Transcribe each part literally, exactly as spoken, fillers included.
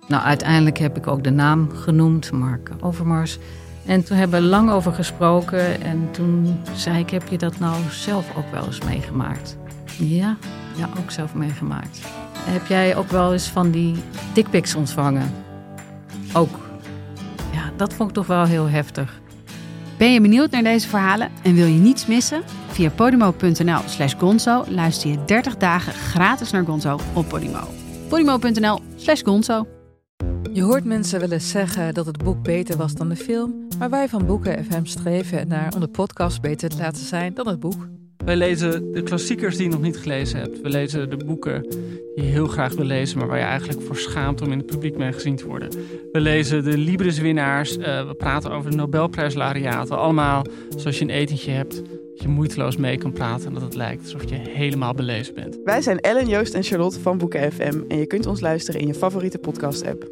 Nou, uiteindelijk heb ik ook de naam genoemd, Mark Overmars. En toen hebben we lang over gesproken. En toen zei ik, heb je dat nou zelf ook wel eens meegemaakt? Ja, ja, ook zelf meegemaakt. Heb jij ook wel eens van die dickpics ontvangen? Ook. Ja, dat vond ik toch wel heel heftig. Ben je benieuwd naar deze verhalen en wil je niets missen? Via podimo.nl slash gonzo luister je dertig dagen gratis naar Gonzo op Podimo. podimo.nl slash gonzo. Je hoort mensen wel eens zeggen dat het boek beter was dan de film, maar wij van Boeken F M streven naar om de podcast beter te laten zijn dan het boek. Wij lezen de klassiekers die je nog niet gelezen hebt. We lezen de boeken die je heel graag wil lezen, maar waar je eigenlijk voor schaamt om in het publiek mee gezien te worden. We lezen de Libris-winnaars, uh, we praten over de Nobelprijslaureaten. Allemaal zoals je een etentje hebt, dat je moeiteloos mee kan praten en dat het lijkt alsof je helemaal belezen bent. Wij zijn Ellen, Joost en Charlotte van Boeken F M en je kunt ons luisteren in je favoriete podcast-app.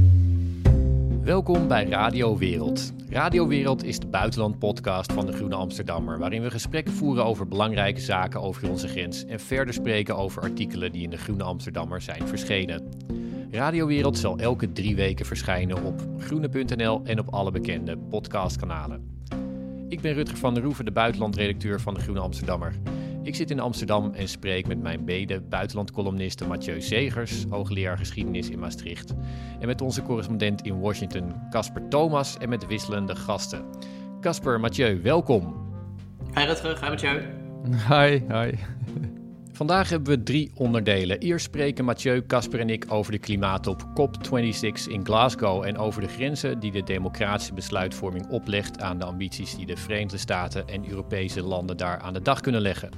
Welkom bij Radio Wereld. Radio Wereld is de buitenlandpodcast van de Groene Amsterdammer, waarin we gesprekken voeren over belangrijke zaken over onze grens en verder spreken over artikelen die in de Groene Amsterdammer zijn verschenen. Radio Wereld zal elke drie weken verschijnen op groene punt n l en op alle bekende podcastkanalen. Ik ben Rutger van der Roeven, de buitenlandredacteur van de Groene Amsterdammer. Ik zit in Amsterdam en spreek met mijn mede-buitenlandcolumniste Mathieu Zegers, hoogleraar geschiedenis in Maastricht. En met onze correspondent in Washington, Casper Thomas, en met wisselende gasten. Casper, Mathieu, welkom. Hi Rutger, hi Mathieu. Hi, hi. Vandaag hebben we drie onderdelen. Eerst spreken Mathieu, Casper en ik over de klimaattop C O P eenentwintig in Glasgow en over de grenzen die de democratische besluitvorming oplegt aan de ambities die de Verenigde Staten en Europese landen daar aan de dag kunnen leggen.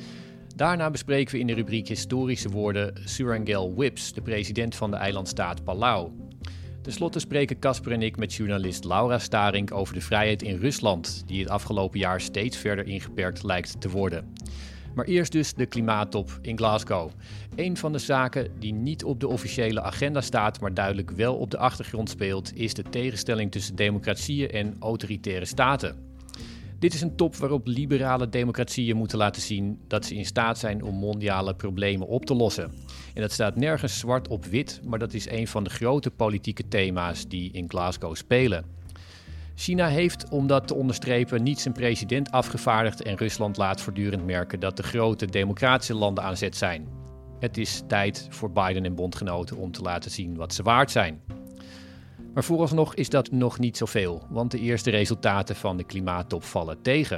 Daarna bespreken we in de rubriek Historische Woorden Surangel Wipps, de president van de eilandstaat Palau. Ten slotte spreken Casper en ik met journalist Laura Starink over de vrijheid in Rusland, die het afgelopen jaar steeds verder ingeperkt lijkt te worden. Maar eerst dus de klimaattop in Glasgow. Een van de zaken die niet op de officiële agenda staat, maar duidelijk wel op de achtergrond speelt, is de tegenstelling tussen democratieën en autoritaire staten. Dit is een top waarop liberale democratieën moeten laten zien dat ze in staat zijn om mondiale problemen op te lossen. En dat staat nergens zwart op wit, maar dat is een van de grote politieke thema's die in Glasgow spelen. China heeft, om dat te onderstrepen, niet zijn president afgevaardigd en Rusland laat voortdurend merken dat de grote democratische landen aan zet zijn. Het is tijd voor Biden en bondgenoten om te laten zien wat ze waard zijn. Maar vooralsnog is dat nog niet zoveel, want de eerste resultaten van de klimaattop vallen tegen.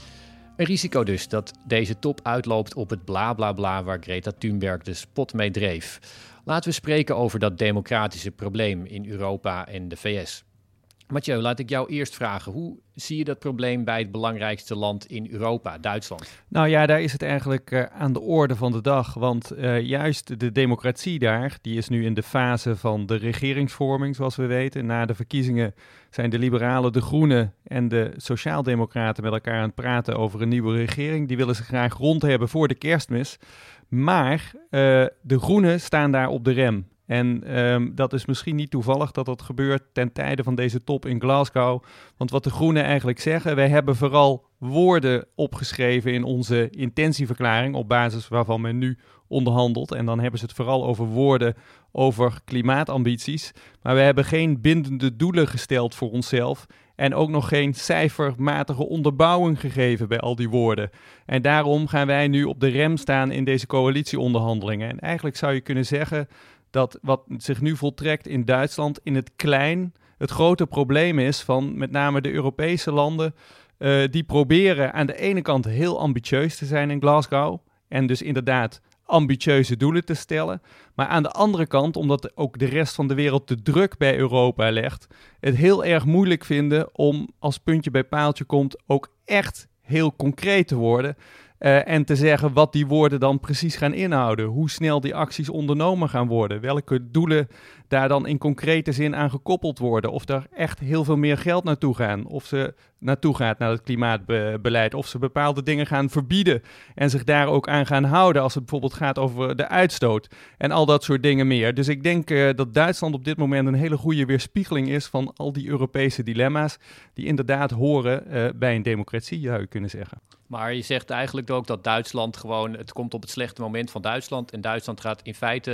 Een risico dus dat deze top uitloopt op het bla bla bla waar Greta Thunberg de spot mee dreef. Laten we spreken over dat democratische probleem in Europa en de V S. Mathieu, laat ik jou eerst vragen. Hoe zie je dat probleem bij het belangrijkste land in Europa, Duitsland? Nou ja, daar is het eigenlijk uh, aan de orde van de dag. Want uh, juist de democratie daar, die is nu in de fase van de regeringsvorming, zoals we weten. Na de verkiezingen zijn de liberalen, de groenen en de sociaaldemocraten met elkaar aan het praten over een nieuwe regering. Die willen ze graag rond hebben voor de kerstmis. Maar uh, de groenen staan daar op de rem. En um, dat is misschien niet toevallig dat dat gebeurt ten tijde van deze top in Glasgow. Want wat de Groenen eigenlijk zeggen, wij hebben vooral woorden opgeschreven in onze intentieverklaring, op basis waarvan men nu onderhandelt. En dan hebben ze het vooral over woorden over klimaatambities. Maar we hebben geen bindende doelen gesteld voor onszelf. En ook nog geen cijfermatige onderbouwing gegeven bij al die woorden. En daarom gaan wij nu op de rem staan in deze coalitieonderhandelingen. En eigenlijk zou je kunnen zeggen dat wat zich nu voltrekt in Duitsland in het klein het grote probleem is van met name de Europese landen. Uh, die proberen aan de ene kant heel ambitieus te zijn in Glasgow. En dus inderdaad ambitieuze doelen te stellen. Maar aan de andere kant, omdat ook de rest van de wereld de druk bij Europa legt, het heel erg moeilijk vinden om als puntje bij paaltje komt ook echt heel concreet te worden. Uh, en te zeggen wat die woorden dan precies gaan inhouden. Hoe snel die acties ondernomen gaan worden. Welke doelen daar dan in concrete zin aan gekoppeld worden. Of er echt heel veel meer geld naartoe gaan. Of ze naartoe gaat naar het klimaatbeleid. Of ze bepaalde dingen gaan verbieden. En zich daar ook aan gaan houden. Als het bijvoorbeeld gaat over de uitstoot. En al dat soort dingen meer. Dus ik denk uh, dat Duitsland op dit moment een hele goede weerspiegeling is van al die Europese dilemma's. Die inderdaad horen uh, bij een democratie, zou je kunnen zeggen. Maar je zegt eigenlijk ook dat Duitsland gewoon, het komt op het slechte moment van Duitsland. En Duitsland gaat in feite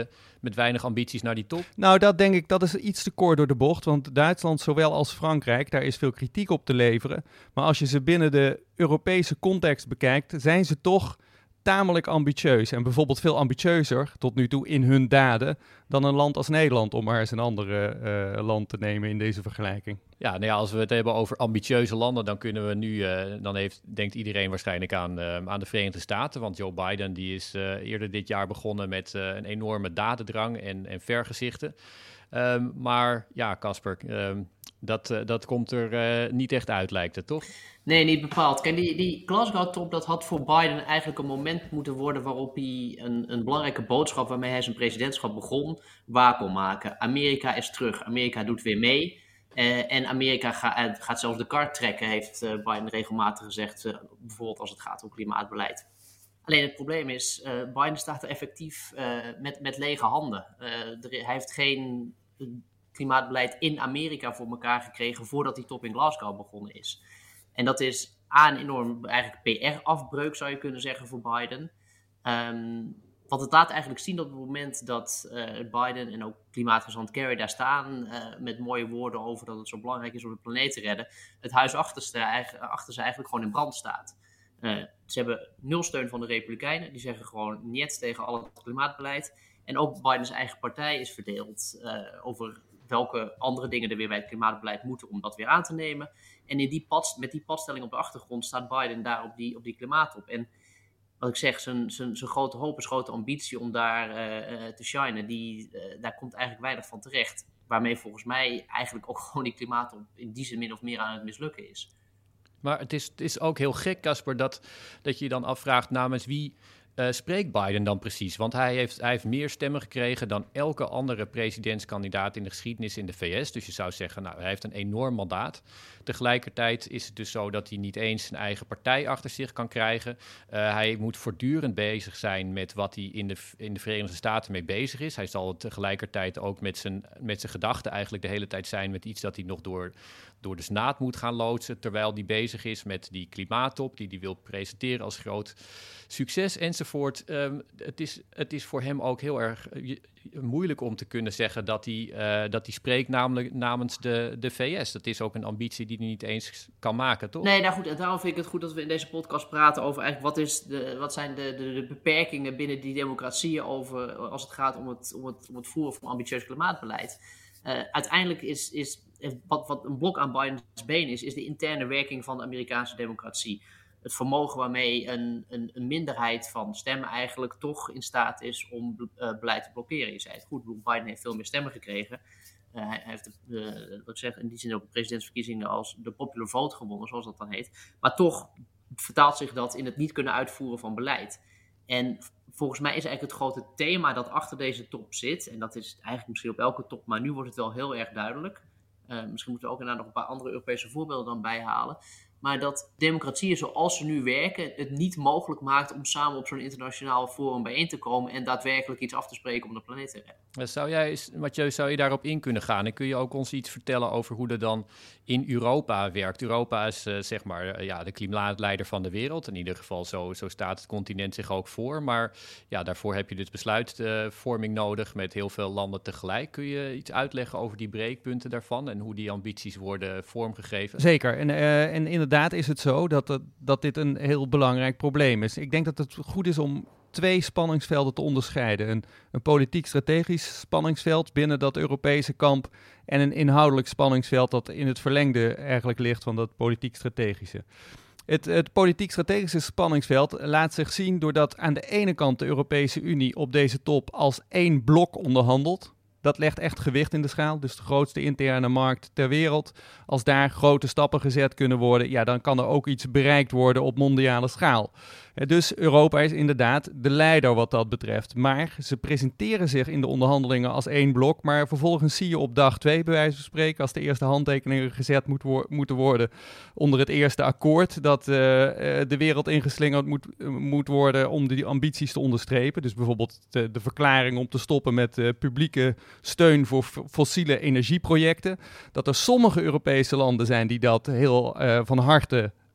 met weinig ambities naar die top? Nou, dat denk ik, dat is iets te kort door de bocht. Want Duitsland, zowel als Frankrijk, daar is veel kritiek op te leveren. Maar als je ze binnen de Europese context bekijkt, zijn ze toch tamelijk ambitieus. En bijvoorbeeld veel ambitieuzer, tot nu toe, in hun daden dan een land als Nederland, om maar eens een andere uh, land te nemen in deze vergelijking. Ja, nou ja, als we het hebben over ambitieuze landen, dan kunnen we nu, uh, dan heeft, denkt iedereen waarschijnlijk aan, uh, aan de Verenigde Staten. Want Joe Biden die is uh, eerder dit jaar begonnen met uh, een enorme dadendrang en, en vergezichten. Um, maar ja, Casper, um, dat, uh, dat komt er uh, niet echt uit, lijkt het, toch? Nee, niet bepaald. Kijk, die, die Glasgow-top, dat had voor Biden eigenlijk een moment moeten worden waarop hij een, een belangrijke boodschap waarmee hij zijn presidentschap begon, waar kon maken. Amerika is terug. Amerika doet weer mee. Uh, en Amerika ga, gaat zelfs de kar trekken, heeft uh, Biden regelmatig gezegd, uh, bijvoorbeeld als het gaat om klimaatbeleid. Alleen het probleem is, uh, Biden staat er effectief uh, met, met lege handen. Uh, er, hij heeft geen klimaatbeleid in Amerika voor elkaar gekregen voordat die top in Glasgow begonnen is. En dat is A, een enorm eigenlijk P R-afbreuk, zou je kunnen zeggen, voor Biden. Um, want het laat eigenlijk zien dat op het moment dat uh, Biden en ook klimaatgezant Kerry daar staan, uh, met mooie woorden over dat het zo belangrijk is om de planeet te redden, het huis achter ze, achter ze eigenlijk gewoon in brand staat. Uh, ze hebben nul steun van de Republikeinen, die zeggen gewoon niet tegen al het klimaatbeleid. En ook Bidens eigen partij is verdeeld uh, over welke andere dingen er weer bij het klimaatbeleid moeten om dat weer aan te nemen. En in die pad, met die padstelling op de achtergrond staat Biden daar op die, op die klimaattop. En wat ik zeg, zijn, zijn, zijn grote hoop, zijn grote ambitie om daar uh, te shinen, die, uh, daar komt eigenlijk weinig van terecht. Waarmee volgens mij eigenlijk ook gewoon die klimaattop in die zin min of meer aan het mislukken is. Maar het is, het is ook heel gek, Casper, dat, dat je je dan afvraagt namens wie uh, spreekt Biden dan precies? Want hij heeft, hij heeft meer stemmen gekregen dan elke andere presidentskandidaat in de geschiedenis in de V S. Dus je zou zeggen, nou, hij heeft een enorm mandaat. Tegelijkertijd is het dus zo dat hij niet eens zijn eigen partij achter zich kan krijgen. Uh, hij moet voortdurend bezig zijn met wat hij in de, in de Verenigde Staten mee bezig is. Hij zal tegelijkertijd ook met zijn, met zijn gedachten eigenlijk de hele tijd zijn met iets dat hij nog door, door de Senaat moet gaan loodsen, terwijl hij bezig is met die klimaattop die hij wil presenteren als groot succes enzovoort. Um, het, is, het is voor hem ook heel erg uh, moeilijk om te kunnen zeggen dat hij, uh, dat hij spreekt namelijk namens de, de V S. Dat is ook een ambitie die hij niet eens kan maken, toch? Nee, nou goed, en daarom vind ik het goed dat we in deze podcast praten over eigenlijk wat, is de, wat zijn de, de, de beperkingen binnen die democratieën over, als het gaat om het, om het, om het voeren van ambitieus klimaatbeleid. Uh, uiteindelijk is, is wat, wat een blok aan Bidens been is, is de interne werking van de Amerikaanse democratie. Het vermogen waarmee een, een, een minderheid van stemmen eigenlijk toch in staat is om uh, beleid te blokkeren. Je zei het goed, Biden heeft veel meer stemmen gekregen. Uh, hij heeft uh, wat ik zeg, in die zin ook de presidentsverkiezingen als de popular vote gewonnen, zoals dat dan heet. Maar toch vertaalt zich dat in het niet kunnen uitvoeren van beleid. En volgens mij is eigenlijk het grote thema dat achter deze top zit, en dat is eigenlijk misschien op elke top, maar nu wordt het wel heel erg duidelijk. Uh, misschien moeten we ook inderdaad nog een paar andere Europese voorbeelden dan bijhalen. Maar dat democratieën zoals ze nu werken het niet mogelijk maakt om samen op zo'n internationaal forum bijeen te komen en daadwerkelijk iets af te spreken om de planeet te redden. Zou jij, Mathieu, zou je daarop in kunnen gaan? En kun je ook ons iets vertellen over hoe dat dan in Europa werkt? Europa is uh, zeg maar uh, ja, de klimaatleider van de wereld. In ieder geval zo, zo staat het continent zich ook voor. Maar ja, daarvoor heb je dus besluitvorming uh, nodig met heel veel landen tegelijk. Kun je iets uitleggen over die breekpunten daarvan en hoe die ambities worden vormgegeven? Zeker. En, uh, en inderdaad is het zo dat, het, dat dit een heel belangrijk probleem is. Ik denk dat het goed is om twee spanningsvelden te onderscheiden. Een, een politiek-strategisch spanningsveld binnen dat Europese kamp en een inhoudelijk spanningsveld dat in het verlengde eigenlijk ligt van dat politiek-strategische. Het, het politiek-strategische spanningsveld laat zich zien doordat aan de ene kant de Europese Unie op deze top als één blok onderhandelt. Dat legt echt gewicht in de schaal. Dus de grootste interne markt ter wereld. Als daar grote stappen gezet kunnen worden, ja, dan kan er ook iets bereikt worden op mondiale schaal. Dus Europa is inderdaad de leider wat dat betreft. Maar ze presenteren zich in de onderhandelingen als één blok. Maar vervolgens zie je op dag twee, bij wijze van spreken, als de eerste handtekeningen gezet moet wo- moeten worden onder het eerste akkoord, dat uh, de wereld ingeslingerd moet, uh, moet worden om die ambities te onderstrepen. Dus bijvoorbeeld de, de verklaring om te stoppen met uh, publieke steun voor f- fossiele energieprojecten. Dat er sommige Europese landen zijn die dat heel uh, van harte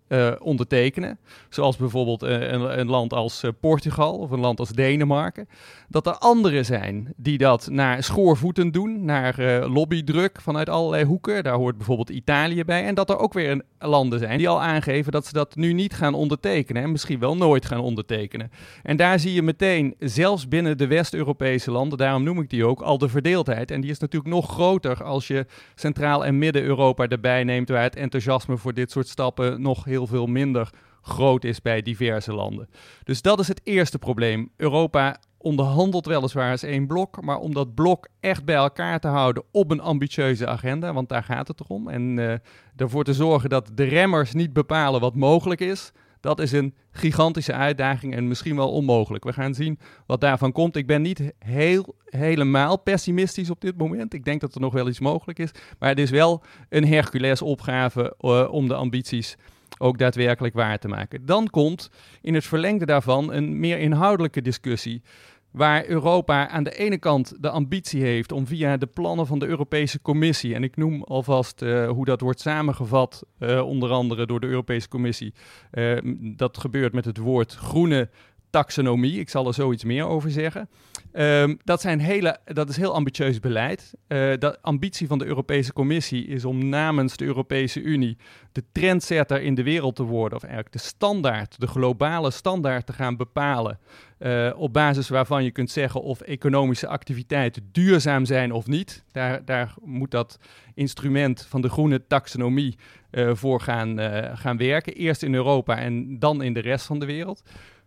uh, ondertekenen, zoals bijvoorbeeld uh, een, een land als uh, Portugal of een land als Denemarken, dat er anderen zijn die dat naar schoorvoeten doen, naar uh, lobbydruk vanuit allerlei hoeken. Daar hoort bijvoorbeeld Italië bij. En dat er ook weer een, landen zijn die al aangeven dat ze dat nu niet gaan ondertekenen en misschien wel nooit gaan ondertekenen. En daar zie je meteen, zelfs binnen de West-Europese landen, daarom noem ik die ook, al de verdeeldheid. En die is natuurlijk nog groter als je Centraal- en Midden-Europa erbij neemt, waar het enthousiasme voor dit soort stappen nog heel veel minder groot is bij diverse landen. Dus dat is het eerste probleem. Europa onderhandelt weliswaar als één blok, maar om dat blok echt bij elkaar te houden op een ambitieuze agenda, want daar gaat het om, en uh, ervoor te zorgen dat de remmers niet bepalen wat mogelijk is, dat is een gigantische uitdaging en misschien wel onmogelijk. We gaan zien wat daarvan komt. Ik ben niet heel, helemaal pessimistisch op dit moment. Ik denk dat er nog wel iets mogelijk is, maar het is wel een Hercules opgave uh, om de ambities ook daadwerkelijk waar te maken. Dan komt in het verlengde daarvan een meer inhoudelijke discussie, waar Europa aan de ene kant de ambitie heeft om via de plannen van de Europese Commissie, en ik noem alvast uh, hoe dat wordt samengevat, uh, onder andere door de Europese Commissie, uh, dat gebeurt met het woord groene taxonomie. Ik zal er zoiets meer over zeggen. Um, dat, zijn hele, dat is heel ambitieus beleid. Uh, de ambitie van de Europese Commissie is om namens de Europese Unie de trendsetter in de wereld te worden, of eigenlijk de standaard, de globale standaard te gaan bepalen, uh, op basis waarvan je kunt zeggen of economische activiteiten duurzaam zijn of niet. Daar, daar moet dat instrument van de groene taxonomie uh, voor gaan, uh, gaan werken. Eerst in Europa en dan in de rest van de wereld.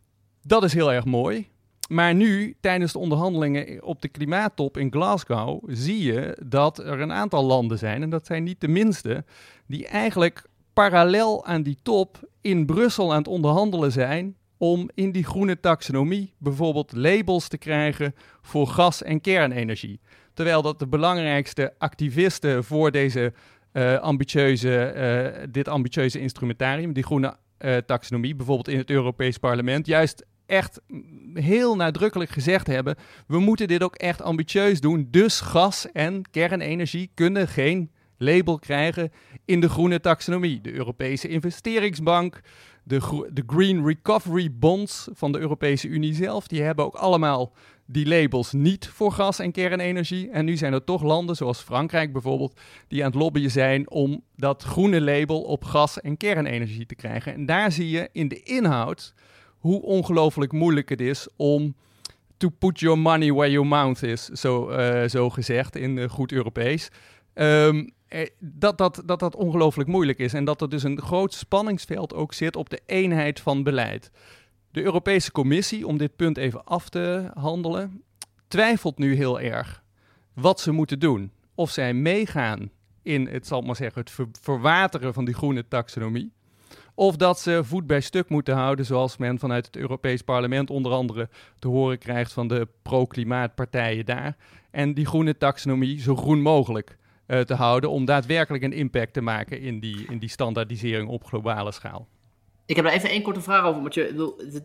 Dat is heel erg mooi. Maar nu, tijdens de onderhandelingen op de klimaattop in Glasgow, zie je dat er een aantal landen zijn, en dat zijn niet de minste, die eigenlijk parallel aan die top in Brussel aan het onderhandelen zijn om in die groene taxonomie bijvoorbeeld labels te krijgen voor gas- en kernenergie. Terwijl dat de belangrijkste activisten voor deze, uh, ambitieuze, uh, dit ambitieuze instrumentarium, die groene uh, taxonomie, bijvoorbeeld in het Europees Parlement, juist echt heel nadrukkelijk gezegd hebben, we moeten dit ook echt ambitieus doen, dus gas en kernenergie kunnen geen label krijgen in de groene taxonomie. De Europese Investeringsbank, de, gro- de Green Recovery Bonds van de Europese Unie zelf, die hebben ook allemaal die labels niet voor gas en kernenergie. En nu zijn er toch landen, zoals Frankrijk bijvoorbeeld, die aan het lobbyen zijn om dat groene label op gas en kernenergie te krijgen. En daar zie je in de inhoud hoe ongelooflijk moeilijk het is om to put your money where your mouth is, zo, uh, zo gezegd in uh, goed Europees. Um, dat, dat, dat dat ongelooflijk moeilijk is en dat er dus een groot spanningsveld ook zit op de eenheid van beleid. De Europese Commissie, om dit punt even af te handelen, twijfelt nu heel erg wat ze moeten doen. Of zij meegaan in, het zal maar zeggen, het ver- verwateren van die groene taxonomie, of dat ze voet bij stuk moeten houden, zoals men vanuit het Europees Parlement onder andere te horen krijgt van de pro-klimaatpartijen daar. En die groene taxonomie zo groen mogelijk uh, te houden om daadwerkelijk een impact te maken in die, in die standaardisering op globale schaal. Ik heb er even één korte vraag over, Mathieu. Ik bedoel, het,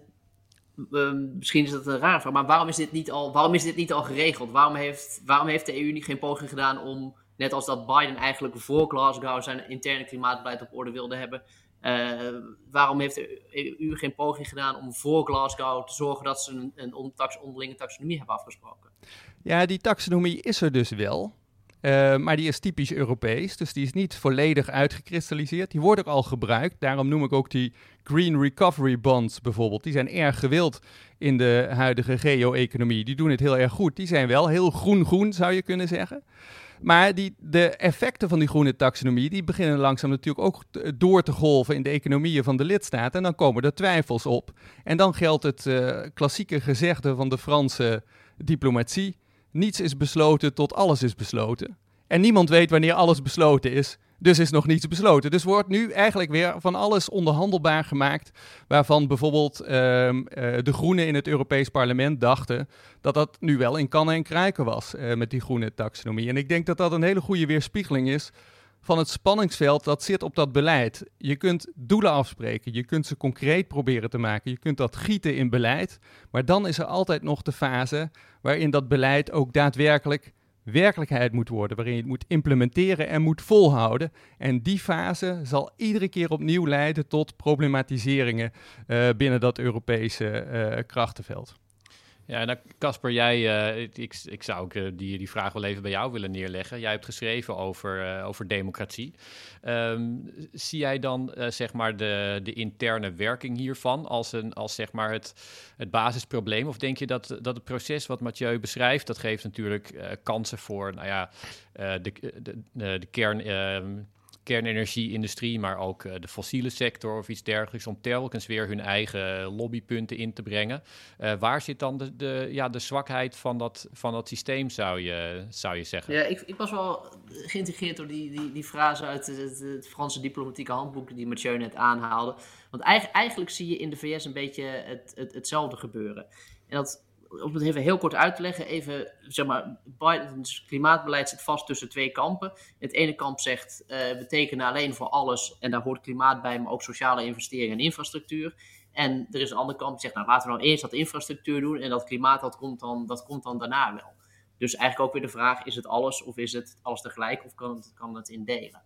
uh, misschien is dat een rare vraag, maar waarom is dit niet al, waarom is dit niet al geregeld? Waarom heeft, waarom heeft de E U niet geen poging gedaan om, net als dat Biden eigenlijk voor Glasgow zijn interne klimaatbeleid op orde wilde hebben, Uh, waarom heeft de E U geen poging gedaan om voor Glasgow te zorgen dat ze een, een on- tax- onderlinge taxonomie hebben afgesproken? Ja, die taxonomie is er dus wel, uh, maar die is typisch Europees, dus die is niet volledig uitgekristalliseerd. Die wordt ook al gebruikt, daarom noem ik ook die Green Recovery Bonds bijvoorbeeld. Die zijn erg gewild in de huidige geo-economie, die doen het heel erg goed. Die zijn wel heel groen-groen, zou je kunnen zeggen. Maar die, de effecten van die groene taxonomie, die beginnen langzaam natuurlijk ook t- door te golven in de economieën van de lidstaten. En dan komen er twijfels op. En dan geldt het uh, klassieke gezegde van de Franse diplomatie: niets is besloten tot alles is besloten. En niemand weet wanneer alles besloten is, dus is nog niets besloten. Dus wordt nu eigenlijk weer van alles onderhandelbaar gemaakt, waarvan bijvoorbeeld uh, uh, de Groenen in het Europees Parlement dachten dat dat nu wel in kannen en kruiken was uh, met die groene taxonomie. En ik denk dat dat een hele goede weerspiegeling is van het spanningsveld dat zit op dat beleid. Je kunt doelen afspreken, je kunt ze concreet proberen te maken, je kunt dat gieten in beleid, maar dan is er altijd nog de fase waarin dat beleid ook daadwerkelijk werkelijkheid moet worden, waarin je het moet implementeren en moet volhouden. En die fase zal iedere keer opnieuw leiden tot problematiseringen uh, binnen dat Europese uh, krachtenveld. Ja, nou, Casper, jij, uh, ik, ik zou ook uh, die, die vraag wel even bij jou willen neerleggen. Jij hebt geschreven over, uh, over democratie. Um, zie jij dan uh, zeg maar de, de interne werking hiervan als, een, als zeg maar het, het basisprobleem? Of denk je dat, dat het proces wat Mathieu beschrijft, dat geeft natuurlijk uh, kansen voor nou ja, uh, de, de, de, de kern... Uh, kernenergie-industrie, maar ook uh, de fossiele sector of iets dergelijks, om telkens weer hun eigen lobbypunten in te brengen. Uh, waar zit dan de, de, ja, de zwakheid van dat, van dat systeem, zou je, zou je zeggen? Ja, ik, ik was wel geïntegreerd door die, die, die frase uit het, het, het Franse diplomatieke handboek die Mathieu net aanhaalde. Want eigenlijk, eigenlijk zie je in de V S een beetje het, het, hetzelfde gebeuren. En dat, om het even heel kort uit te leggen, even, zeg maar, Bidens klimaatbeleid zit vast tussen twee kampen. Het ene kamp zegt, uh, we tekenen alleen voor alles en daar hoort klimaat bij, maar ook sociale investeringen en infrastructuur. En er is een ander kamp die zegt, nou laten we nou eerst dat infrastructuur doen en dat klimaat, dat komt dan, dat komt dan daarna wel. Dus eigenlijk ook weer de vraag, is het alles of is het alles tegelijk of kan het, kan het in delen?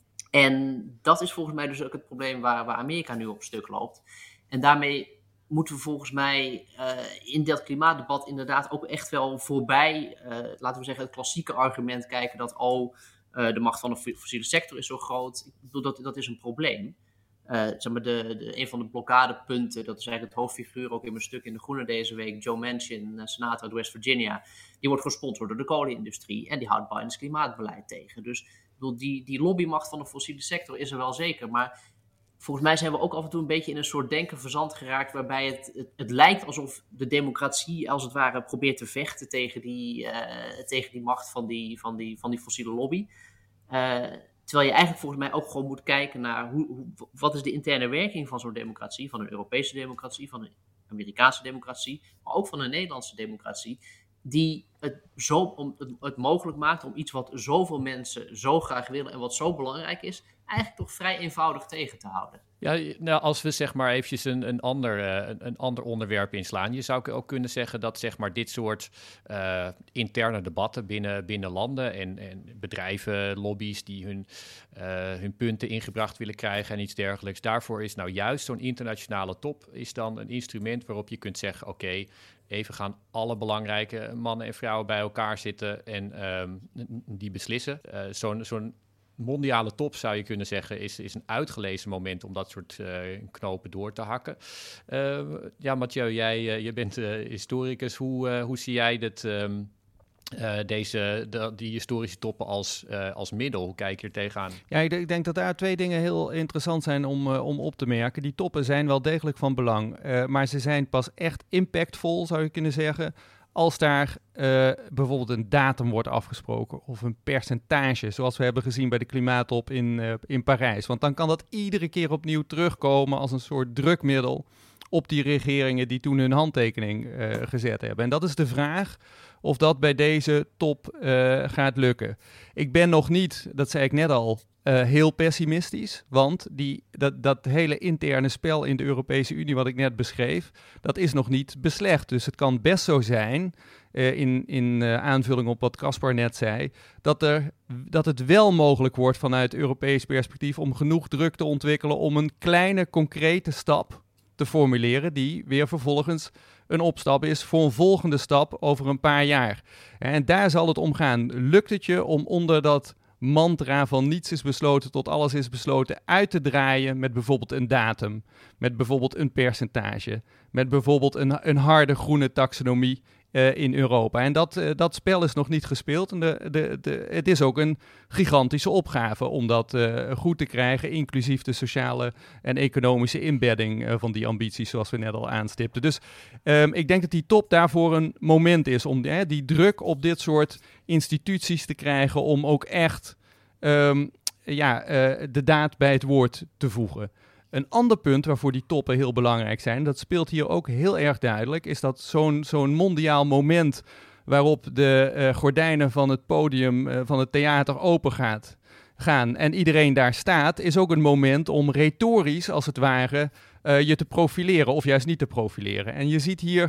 En dat is volgens mij dus ook het probleem waar, waar Amerika nu op stuk loopt. En daarmee moeten we volgens mij uh, in dat klimaatdebat inderdaad ook echt wel voorbij, uh, laten we zeggen, het klassieke argument kijken dat, oh, uh, de macht van de fossiele sector is zo groot. Ik bedoel, dat, dat is een probleem. Uh, zeg maar de, de, een van de blokkadepunten, dat is eigenlijk het hoofdfiguur ook in mijn stuk in De Groene deze week, Joe Manchin, senator uit West Virginia, die wordt gesponsord door de kolenindustrie en die houdt Bidens klimaatbeleid tegen. Dus ik bedoel, die, die lobbymacht van de fossiele sector is er wel zeker, maar volgens mij zijn we ook af en toe een beetje in een soort denken verzand geraakt, waarbij het, het, het lijkt alsof de democratie als het ware probeert te vechten tegen die, uh, tegen die macht van die, van, die, van die fossiele lobby. Uh, terwijl je eigenlijk volgens mij ook gewoon moet kijken naar hoe, hoe, wat is de interne werking van zo'n democratie, van een Europese democratie, van een Amerikaanse democratie, maar ook van een Nederlandse democratie, die het, zo, om, het, het mogelijk maakt om iets wat zoveel mensen zo graag willen en wat zo belangrijk is, eigenlijk toch vrij eenvoudig tegen te houden. Ja, nou, als we zeg maar eventjes een, een, ander, uh, een, een ander onderwerp inslaan. Je zou ook kunnen zeggen dat zeg maar dit soort uh, interne debatten binnen, binnen landen en, en bedrijven, lobby's die hun, uh, hun punten ingebracht willen krijgen en iets dergelijks. Daarvoor is nou juist zo'n internationale top is dan een instrument waarop je kunt zeggen, oké, okay, even gaan alle belangrijke mannen en vrouwen bij elkaar zitten en um, die beslissen. Uh, zo'n, zo'n mondiale top, zou je kunnen zeggen, is, is een uitgelezen moment om dat soort uh, knopen door te hakken. Uh, ja, Mathieu, jij, uh, jij bent uh, historicus. Hoe, uh, hoe zie jij dit, um, uh, deze, de, die historische toppen als, uh, als middel? Hoe kijk je er tegenaan? Ja, ik, ik denk dat daar twee dingen heel interessant zijn om, uh, om op te merken. Die toppen zijn wel degelijk van belang, uh, maar ze zijn pas echt impactvol, zou je kunnen zeggen, als daar uh, bijvoorbeeld een datum wordt afgesproken of een percentage, zoals we hebben gezien bij de klimaattop in, uh, in Parijs. Want dan kan dat iedere keer opnieuw terugkomen als een soort drukmiddel op die regeringen die toen hun handtekening uh, gezet hebben. En dat is de vraag of dat bij deze top uh, gaat lukken. Ik ben nog niet, dat zei ik net al, Uh, heel pessimistisch, want die, dat, dat hele interne spel in de Europese Unie, wat ik net beschreef, dat is nog niet beslecht. Dus het kan best zo zijn, uh, in, in uh, aanvulling op wat Casper net zei, dat, er, dat het wel mogelijk wordt vanuit Europees perspectief om genoeg druk te ontwikkelen om een kleine, concrete stap te formuleren, die weer vervolgens een opstap is voor een volgende stap over een paar jaar. En daar zal het om gaan. Lukt het je om onder dat mantra van niets is besloten tot alles is besloten uit te draaien met bijvoorbeeld een datum, met bijvoorbeeld een percentage, met bijvoorbeeld een, een harde groene taxonomie uh, in Europa. En dat, uh, dat spel is nog niet gespeeld en de, de, de, het is ook een gigantische opgave om dat uh, goed te krijgen, inclusief de sociale en economische inbedding uh, van die ambities, zoals we net al aanstipten. Dus um, ik denk dat die top daarvoor een moment is om uh, die druk op dit soort instituties te krijgen om ook echt um, ja, uh, de daad bij het woord te voegen. Een ander punt waarvoor die toppen heel belangrijk zijn, dat speelt hier ook heel erg duidelijk, is dat zo'n, zo'n mondiaal moment waarop de uh, gordijnen van het podium uh, van het theater open gaat, gaan en iedereen daar staat, is ook een moment om retorisch, als het ware, uh, je te profileren of juist niet te profileren. En je ziet hier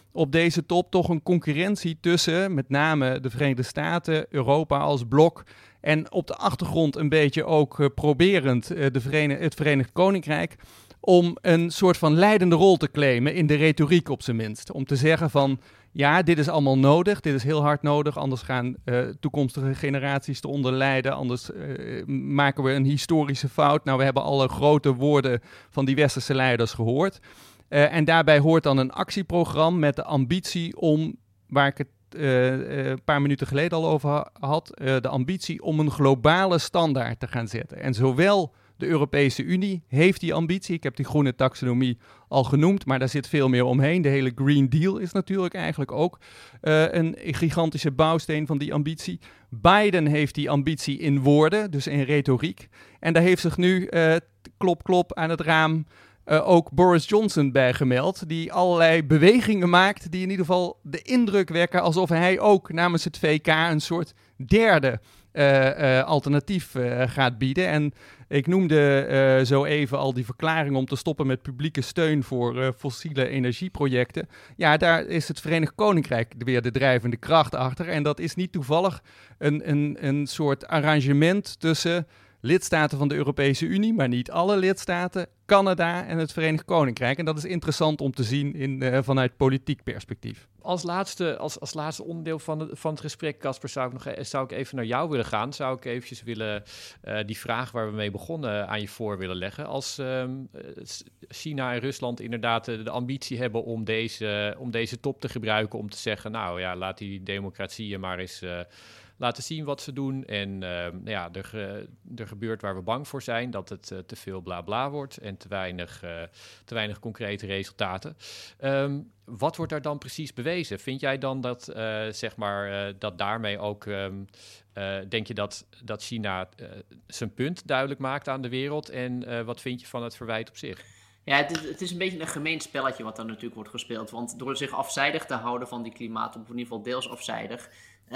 op deze top toch een concurrentie tussen met name de Verenigde Staten, Europa als blok en op de achtergrond een beetje ook uh, proberend uh, de Verenig- het Verenigd Koninkrijk om een soort van leidende rol te claimen in de retoriek op zijn minst. Om te zeggen van ja, dit is allemaal nodig, dit is heel hard nodig, anders gaan uh, toekomstige generaties eronder lijden, anders uh, maken we een historische fout. Nou, we hebben alle grote woorden van die westerse leiders gehoord. Uh, en daarbij hoort dan een actieprogramma met de ambitie om, waar ik het uh, uh, een paar minuten geleden al over had, uh, de ambitie om een globale standaard te gaan zetten. En zowel de Europese Unie heeft die ambitie. Ik heb die groene taxonomie al genoemd, maar daar zit veel meer omheen. De hele Green Deal is natuurlijk eigenlijk ook uh, een gigantische bouwsteen van die ambitie. Biden heeft die ambitie in woorden, dus in retoriek. En daar heeft zich nu, uh, klop klop aan het raam, Uh, ook Boris Johnson bij gemeld, die allerlei bewegingen maakt die in ieder geval de indruk wekken alsof hij ook namens het V K een soort derde uh, uh, alternatief uh, gaat bieden. En ik noemde uh, zo even al die verklaring om te stoppen met publieke steun voor uh, fossiele energieprojecten. Ja, daar is het Verenigd Koninkrijk weer de drijvende kracht achter. En dat is niet toevallig een, een, een soort arrangement tussen lidstaten van de Europese Unie, maar niet alle lidstaten, Canada en het Verenigd Koninkrijk. En dat is interessant om te zien in, uh, vanuit politiek perspectief. Als laatste, als, als laatste onderdeel van het, van het gesprek, Casper, zou ik, nog, zou ik even naar jou willen gaan. Zou ik eventjes willen uh, die vraag waar we mee begonnen aan je voor willen leggen. Als um, China en Rusland inderdaad de, de ambitie hebben om deze, om deze top te gebruiken om te zeggen, nou ja, laat die democratieën maar eens Uh, laten zien wat ze doen. En uh, nou ja, er, uh, er gebeurt waar we bang voor zijn, dat het uh, te veel bla bla wordt en te weinig, uh, te weinig concrete resultaten. Um, wat wordt daar dan precies bewezen? Vind jij dan dat, uh, zeg maar, uh, dat daarmee ook, um, uh, denk je dat, dat China uh, zijn punt duidelijk maakt aan de wereld? En uh, wat vind je van het verwijt op zich? Ja, het is, het is een beetje een gemeen spelletje wat er natuurlijk wordt gespeeld. Want door zich afzijdig te houden van die klimaat, of in ieder geval deels afzijdig, uh,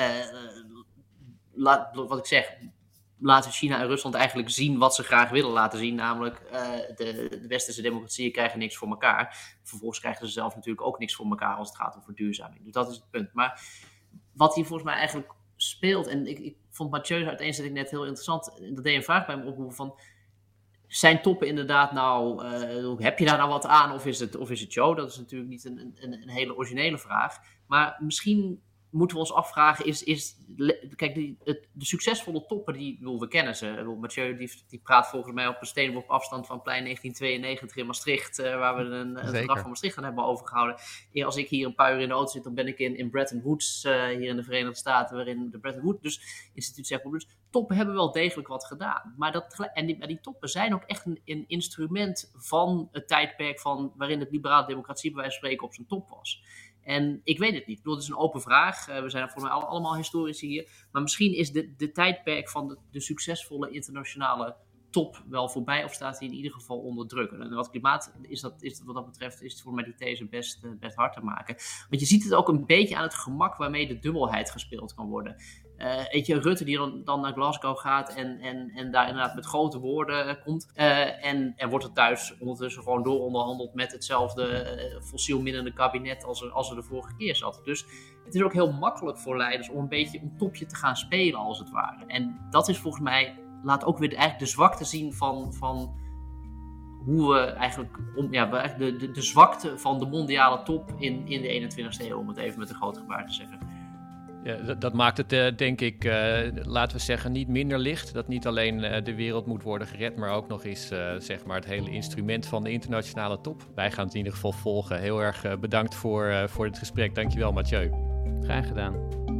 laat, wat ik zeg, laten China en Rusland eigenlijk zien wat ze graag willen laten zien. Namelijk, uh, de, de westerse democratieën krijgen niks voor elkaar. Vervolgens krijgen ze zelf natuurlijk ook niks voor elkaar als het gaat om verduurzaming. Dus dat is het punt. Maar wat hier volgens mij eigenlijk speelt, en ik, ik vond Mathieu uiteenzetting net heel interessant, dat deed een vraag bij me oproepen van, zijn toppen inderdaad nou, uh, heb je daar nou wat aan of is het, of is het show? Dat is natuurlijk niet een, een, een hele originele vraag. Maar misschien moeten we ons afvragen, is, is kijk, die, het, de succesvolle toppen, die we kennen ze. Mathieu die, die praat volgens mij op een steenworp afstand van plein negentien tweeënnegentig in Maastricht, uh, waar we een, een verdrag van Maastricht aan hebben overgehouden. Eer als ik hier een paar uur in de auto zit, dan ben ik in, in Bretton Woods, uh, hier in de Verenigde Staten, waarin de Bretton Woods dus, instituut zegt, dus toppen hebben wel degelijk wat gedaan. Maar, dat, en die, maar die toppen zijn ook echt een, een instrument van het tijdperk van waarin het liberale democratie bij wijze van spreken op zijn top was. En ik weet het niet. Ik bedoel, het is een open vraag. Uh, we zijn volgens mij allemaal historici hier. Maar misschien is de, de tijdperk van de, de succesvolle internationale top wel voorbij. Of staat hij in ieder geval onder druk. En wat klimaat is, dat, is dat, wat dat betreft, is het voor mij die these best, uh, best hard te maken. Want je ziet het ook een beetje aan het gemak waarmee de dubbelheid gespeeld kan worden. Uh, weet je, Rutte die dan, dan naar Glasgow gaat en, en, en daar inderdaad met grote woorden uh, komt. Uh, en, en wordt er thuis ondertussen gewoon dooronderhandeld met hetzelfde uh, fossielminnende kabinet als er, als er de vorige keer zat. Dus het is ook heel makkelijk voor leiders om een beetje een topje te gaan spelen als het ware. En dat is volgens mij, laat ook weer de, eigenlijk de zwakte zien van, van hoe we eigenlijk, om, ja, de, de, de zwakte van de mondiale top in, in de eenentwintigste eeuw, om het even met een groot gebaar te zeggen. Ja, dat, dat maakt het, uh, denk ik, uh, laten we zeggen, niet minder licht. Dat niet alleen uh, de wereld moet worden gered, maar ook nog eens uh, zeg maar het hele instrument van de internationale top. Wij gaan het in ieder geval volgen. Heel erg uh, bedankt voor, uh, voor dit gesprek. Dankjewel, Mathieu. Graag gedaan.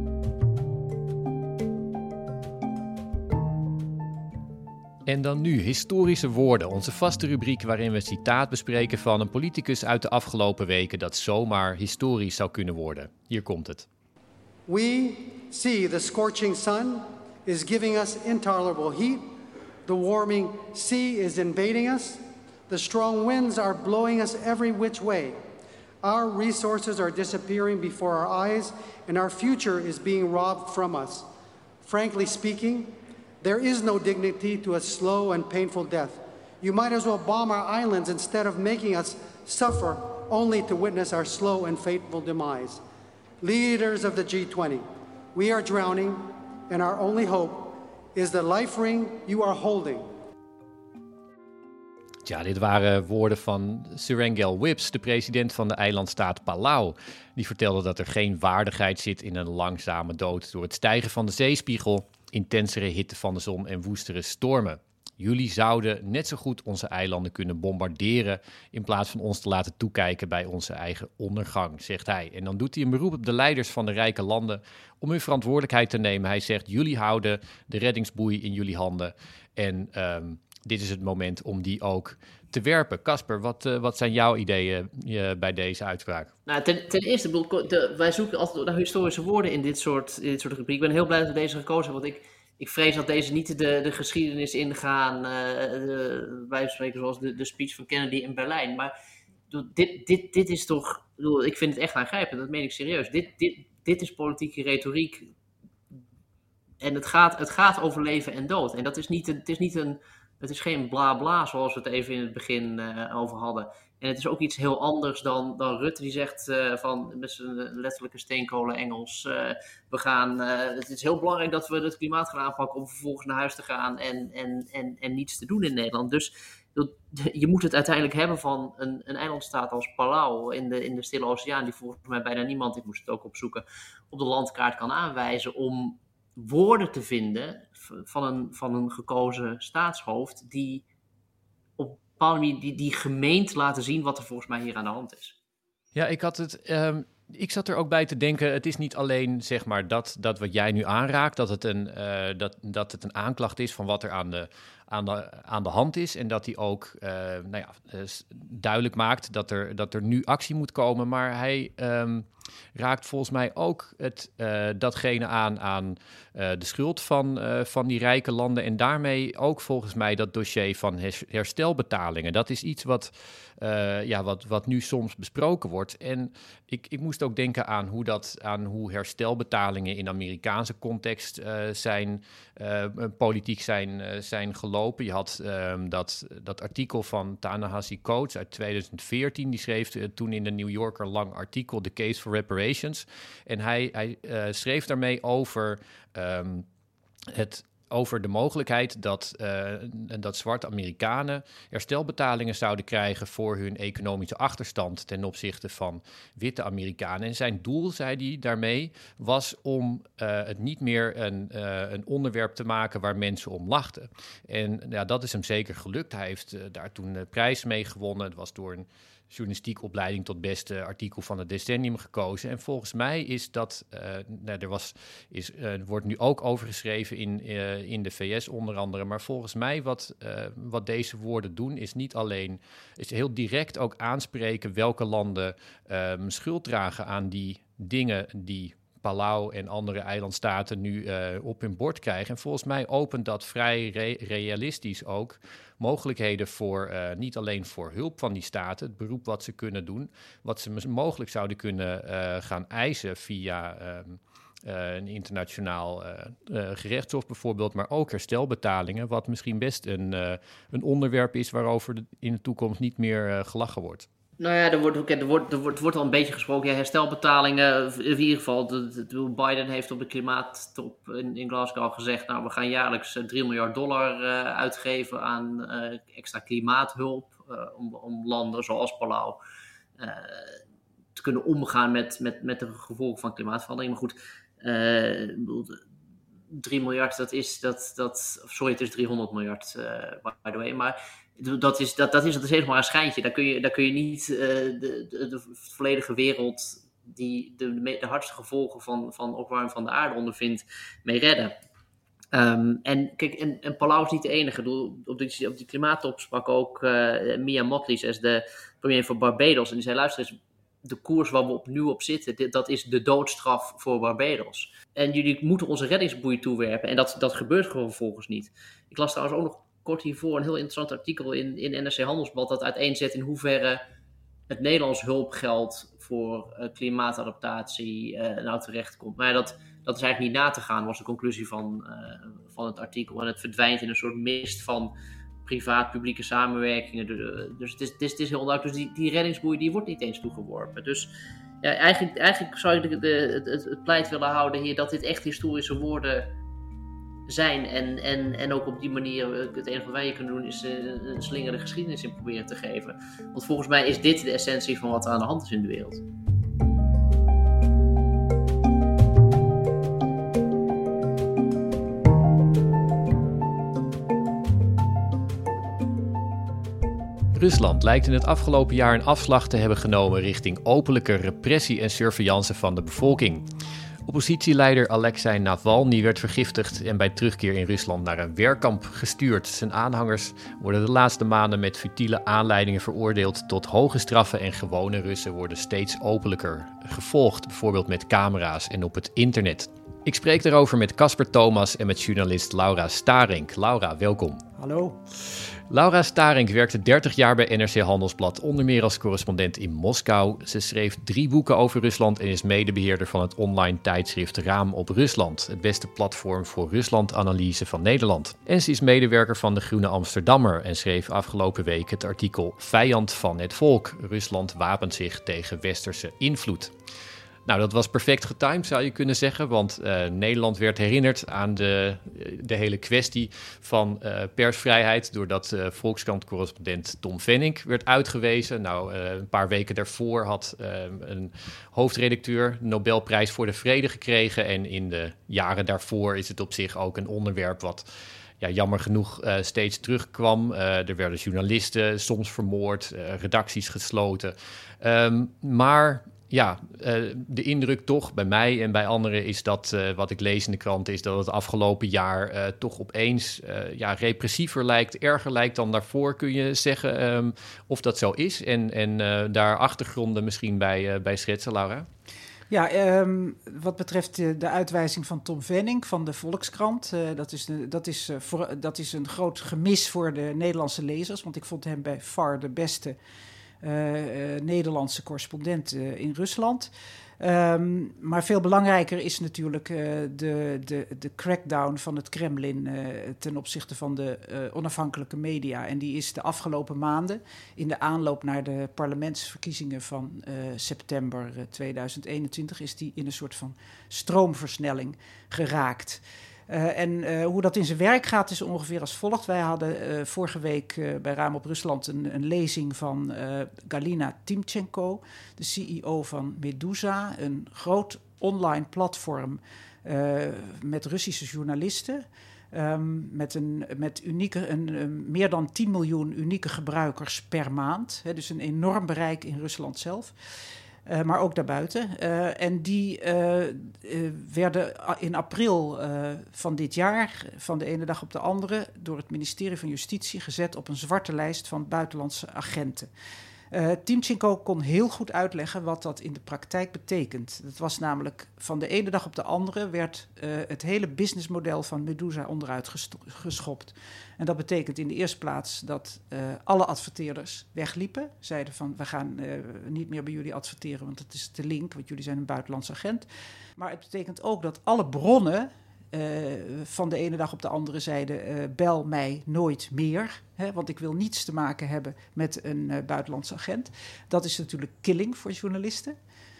En dan nu historische woorden, onze vaste rubriek waarin we een citaat bespreken van een politicus uit de afgelopen weken dat zomaar historisch zou kunnen worden. Hier komt het. We see the scorching sun is giving us intolerable heat. The warming sea is invading us. The strong winds are blowing us every which way. Our resources are disappearing before our eyes, and our future is being robbed from us. Frankly speaking, there is no dignity to a slow and painful death. You might as well bomb our islands instead of making us suffer only to witness our slow and fateful demise. Leaders of the G twenty, we are drowning, and our only hope is the life ring you are holding. Ja, dit waren woorden van Surangel Whips, de president van de eilandstaat Palau. Die vertelde dat er geen waardigheid zit in een langzame dood door het stijgen van de zeespiegel, intensere hitte van de zon en woestere stormen. Jullie zouden net zo goed onze eilanden kunnen bombarderen in plaats van ons te laten toekijken bij onze eigen ondergang, zegt hij. En dan doet hij een beroep op de leiders van de rijke landen om hun verantwoordelijkheid te nemen. Hij zegt, jullie houden de reddingsboei in jullie handen en um, dit is het moment om die ook te werpen. Casper, wat, uh, wat zijn jouw ideeën uh, bij deze uitspraak? Nou, ten, ten eerste, bedoel, de, wij zoeken altijd naar historische woorden in dit soort, in dit soort rubriek. Ik ben heel blij dat we deze gekozen hebben, want ik, ik vrees dat deze niet de, de geschiedenis ingaan, uh, de, wij spreken zoals de, de speech van Kennedy in Berlijn. Maar bedoel, dit, dit, dit is toch, bedoel, ik vind het echt aangrijpend, dat meen ik serieus. Dit, dit, dit is politieke retoriek en het gaat, het gaat over leven en dood. En dat is niet een, het is niet een Het is geen bla bla zoals we het even in het begin uh, over hadden. En het is ook iets heel anders dan, dan Rutte die zegt uh, van met zijn letterlijke steenkolen Engels. Uh, we gaan, uh, het is heel belangrijk dat we het klimaat gaan aanpakken om vervolgens naar huis te gaan en, en, en, en niets te doen in Nederland. Dus je moet het uiteindelijk hebben van een, een eilandstaat als Palau in de, in de Stille Oceaan, die volgens mij bijna niemand, ik moest het ook opzoeken, op de landkaart kan aanwijzen om woorden te vinden van een, van een gekozen staatshoofd die op een bepaalde manier die, die gemeend laten zien wat er volgens mij hier aan de hand is. Ja, ik had het. Um, ik zat er ook bij te denken. Het is niet alleen zeg maar dat, dat wat jij nu aanraakt, dat het een uh, dat, dat het een aanklacht is van wat er aan de aan de aan de hand is en dat hij ook uh, nou ja, uh, duidelijk maakt dat er dat er nu actie moet komen. Maar hij um, raakt volgens mij ook het, uh, datgene aan aan uh, de schuld van, uh, van die rijke landen en daarmee ook volgens mij dat dossier van herstelbetalingen. Dat is iets wat, uh, ja, wat, wat nu soms besproken wordt. En ik, ik moest ook denken aan hoe, dat, aan hoe herstelbetalingen in Amerikaanse context uh, zijn, uh, politiek zijn, uh, zijn gelopen. Je had um, dat, dat artikel van Ta-Nehisi Coates uit tweeduizend veertien. Die schreef uh, toen in de New Yorker lang artikel The Case for Reparations. En hij, hij uh, schreef daarmee over um, het... over de mogelijkheid dat, uh, dat zwarte Amerikanen herstelbetalingen zouden krijgen voor hun economische achterstand ten opzichte van witte Amerikanen. En zijn doel, zei hij daarmee, was om uh, het niet meer een, uh, een onderwerp te maken waar mensen om lachten. En ja, dat is hem zeker gelukt. Hij heeft uh, daar toen de prijs mee gewonnen. Het was door een journalistieke opleiding tot beste artikel van het decennium gekozen. En volgens mij is dat, uh, nou, er was, is, uh, wordt nu ook over geschreven in, uh, in de V S onder andere. Maar volgens mij wat, uh, wat deze woorden doen is niet alleen, is heel direct ook aanspreken welke landen um, schuld dragen aan die dingen die Palau en andere eilandstaten nu uh, op hun bord krijgen. En volgens mij opent dat vrij re- realistisch ook mogelijkheden voor, uh, niet alleen voor hulp van die staten, het beroep wat ze kunnen doen, wat ze mogelijk zouden kunnen uh, gaan eisen via um, uh, een internationaal uh, uh, gerechtshof bijvoorbeeld, maar ook herstelbetalingen, wat misschien best een, uh, een onderwerp is waarover de, in de toekomst niet meer uh, gelachen wordt. Nou ja, er wordt, er, wordt, er, wordt, er wordt al een beetje gesproken. Ja, herstelbetalingen, in ieder geval, de, de, de Biden heeft op de klimaattop in, in Glasgow al gezegd, nou, we gaan jaarlijks drie miljard dollar uh, uitgeven aan uh, extra klimaathulp uh, om, om landen zoals Palau uh, te kunnen omgaan met, met, met de gevolgen van klimaatverandering. Maar goed, uh, drie miljard, dat is, dat, dat, sorry, het is driehonderd miljard, uh, by the way, maar Dat is, dat, dat, is, dat is helemaal een schijntje. Daar kun je, daar kun je niet uh, de, de, de volledige wereld die de, de hardste gevolgen van, van opwarming van de aarde ondervindt, mee redden. Um, en kijk, en, en Palau is niet de enige. Op die, op die klimaattop sprak ook uh, Mia Mottley, zij is de premier van Barbados. En die zei, luister eens, de koers waar we opnieuw op zitten, dit, dat is de doodstraf voor Barbados. En jullie moeten onze reddingsboei toewerpen. En dat, dat gebeurt gewoon vervolgens niet. Ik las trouwens ook nog kort hiervoor een heel interessant artikel in, in N R C Handelsblad dat uiteenzet in hoeverre het Nederlands hulpgeld voor uh, klimaatadaptatie uh, nou terecht komt. Maar ja, dat, dat is eigenlijk niet na te gaan, was de conclusie van, uh, van het artikel. En het verdwijnt in een soort mist van privaat-publieke samenwerkingen. Dus het is, het is, het is heel onduidelijk. Dus die, die reddingsboei die wordt niet eens toegeworpen. Dus ja, eigenlijk, eigenlijk zou ik de, de, het, het pleit willen houden hier dat dit echt historische woorden zijn. En, en, en ook op die manier, het enige wat wij hier kunnen doen is een, een slingerde geschiedenis in proberen te geven. Want volgens mij is dit de essentie van wat er aan de hand is in de wereld. Rusland lijkt in het afgelopen jaar een afslag te hebben genomen richting openlijke repressie en surveillance van de bevolking. Oppositieleider Alexei Navalny werd vergiftigd en bij terugkeer in Rusland naar een werkkamp gestuurd. Zijn aanhangers worden de laatste maanden met futiele aanleidingen veroordeeld tot hoge straffen en gewone Russen worden steeds openlijker gevolgd, bijvoorbeeld met camera's en op het internet. Ik spreek daarover met Casper Thomas en met journalist Laura Starink. Laura, welkom. Hallo. Laura Starink werkte dertig jaar bij N R C Handelsblad, onder meer als correspondent in Moskou. Ze schreef drie boeken over Rusland en is medebeheerder van het online tijdschrift Raam op Rusland, het beste platform voor Rusland-analyse van Nederland. En ze is medewerker van de Groene Amsterdammer en schreef afgelopen week het artikel Vijand van het volk. Rusland wapent zich tegen westerse invloed. Nou, dat was perfect getimed, zou je kunnen zeggen, want uh, Nederland werd herinnerd aan de, de hele kwestie van uh, persvrijheid doordat uh, Volkskrant-correspondent Tom Venink werd uitgewezen. Nou, uh, een paar weken daarvoor had uh, een hoofdredacteur de Nobelprijs voor de Vrede gekregen en in de jaren daarvoor is het op zich ook een onderwerp wat ja, jammer genoeg uh, steeds terugkwam. Uh, er werden journalisten soms vermoord, uh, redacties gesloten, um, maar ja, uh, de indruk toch bij mij en bij anderen is dat, uh, wat ik lees in de krant, is dat het afgelopen jaar uh, toch opeens uh, ja, repressiever lijkt, erger lijkt dan daarvoor. Kun je zeggen um, of dat zo is en, en uh, daar achtergronden misschien bij, uh, bij schetsen, Laura? Ja, um, wat betreft de, de uitwijzing van Tom Venink van de Volkskrant, uh, dat, is de, dat, is, uh, voor, dat is een groot gemis voor de Nederlandse lezers, want ik vond hem bij far de beste Uh, uh, Nederlandse correspondent uh, in Rusland. Um, maar veel belangrijker is natuurlijk uh, de, de, de crackdown van het Kremlin uh, ten opzichte van de uh, onafhankelijke media. En die is de afgelopen maanden in de aanloop naar de parlementsverkiezingen van uh, september uh, tweeduizend eenentwintig... is die in een soort van stroomversnelling geraakt. Uh, en uh, hoe dat in zijn werk gaat is ongeveer als volgt. Wij hadden uh, vorige week uh, bij Raam op Rusland een, een lezing van uh, Galina Timchenko, de C E O van Meduza, een groot online platform uh, met Russische journalisten. Um, met een, met unieke, een, een, meer dan tien miljoen unieke gebruikers per maand. Hè, dus een enorm bereik in Rusland zelf. Uh, maar ook daarbuiten. Uh, en die uh, uh, werden in april uh, van dit jaar, van de ene dag op de andere, door het ministerie van Justitie gezet op een zwarte lijst van buitenlandse agenten. Uh, Timchenko kon heel goed uitleggen wat dat in de praktijk betekent. Dat was namelijk van de ene dag op de andere werd uh, het hele businessmodel van Meduza onderuit gesto- geschopt. En dat betekent in de eerste plaats dat uh, alle adverteerders wegliepen. Zeiden van, we gaan uh, niet meer bij jullie adverteren, want het is te link, want jullie zijn een buitenlands agent. Maar het betekent ook dat alle bronnen uh, van de ene dag op de andere zeiden, uh, bel mij nooit meer. Hè, want ik wil niets te maken hebben met een uh, buitenlandse agent. Dat is natuurlijk killing voor journalisten.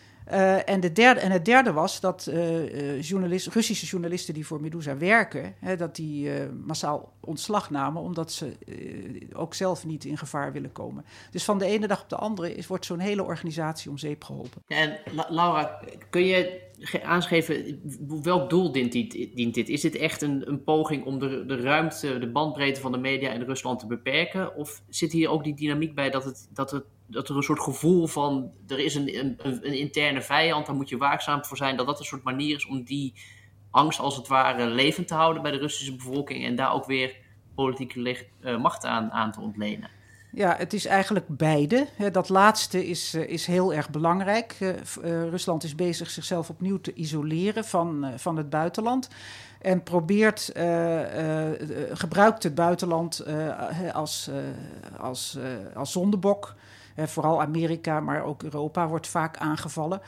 Uh, en, de derde, en het derde was dat uh, journalist, Russische journalisten die voor Meduza werken, hè, dat die uh, massaal ontslag namen, omdat ze uh, ook zelf niet in gevaar willen komen. Dus van de ene dag op de andere is, wordt zo'n hele organisatie om zeep geholpen. En La- Laura, kun je aangeven, welk doel dient dit? Dient dit? Is dit echt een, een poging om de, de ruimte, de bandbreedte van de media in Rusland te beperken? Of zit hier ook die dynamiek bij dat, het, dat, het, dat er een soort gevoel van, er is een, een, een interne vijand, daar moet je waakzaam voor zijn, dat dat een soort manier is om die angst als het ware levend te houden bij de Russische bevolking en daar ook weer politieke licht, uh, macht aan, aan te ontlenen? Ja, het is eigenlijk beide. Dat laatste is, is heel erg belangrijk. Uh, uh, Rusland is bezig zichzelf opnieuw te isoleren van, uh, van het buitenland. En probeert, uh, uh, gebruikt het buitenland uh, als, uh, als, uh, als zondebok. Uh, vooral Amerika, maar ook Europa wordt vaak aangevallen.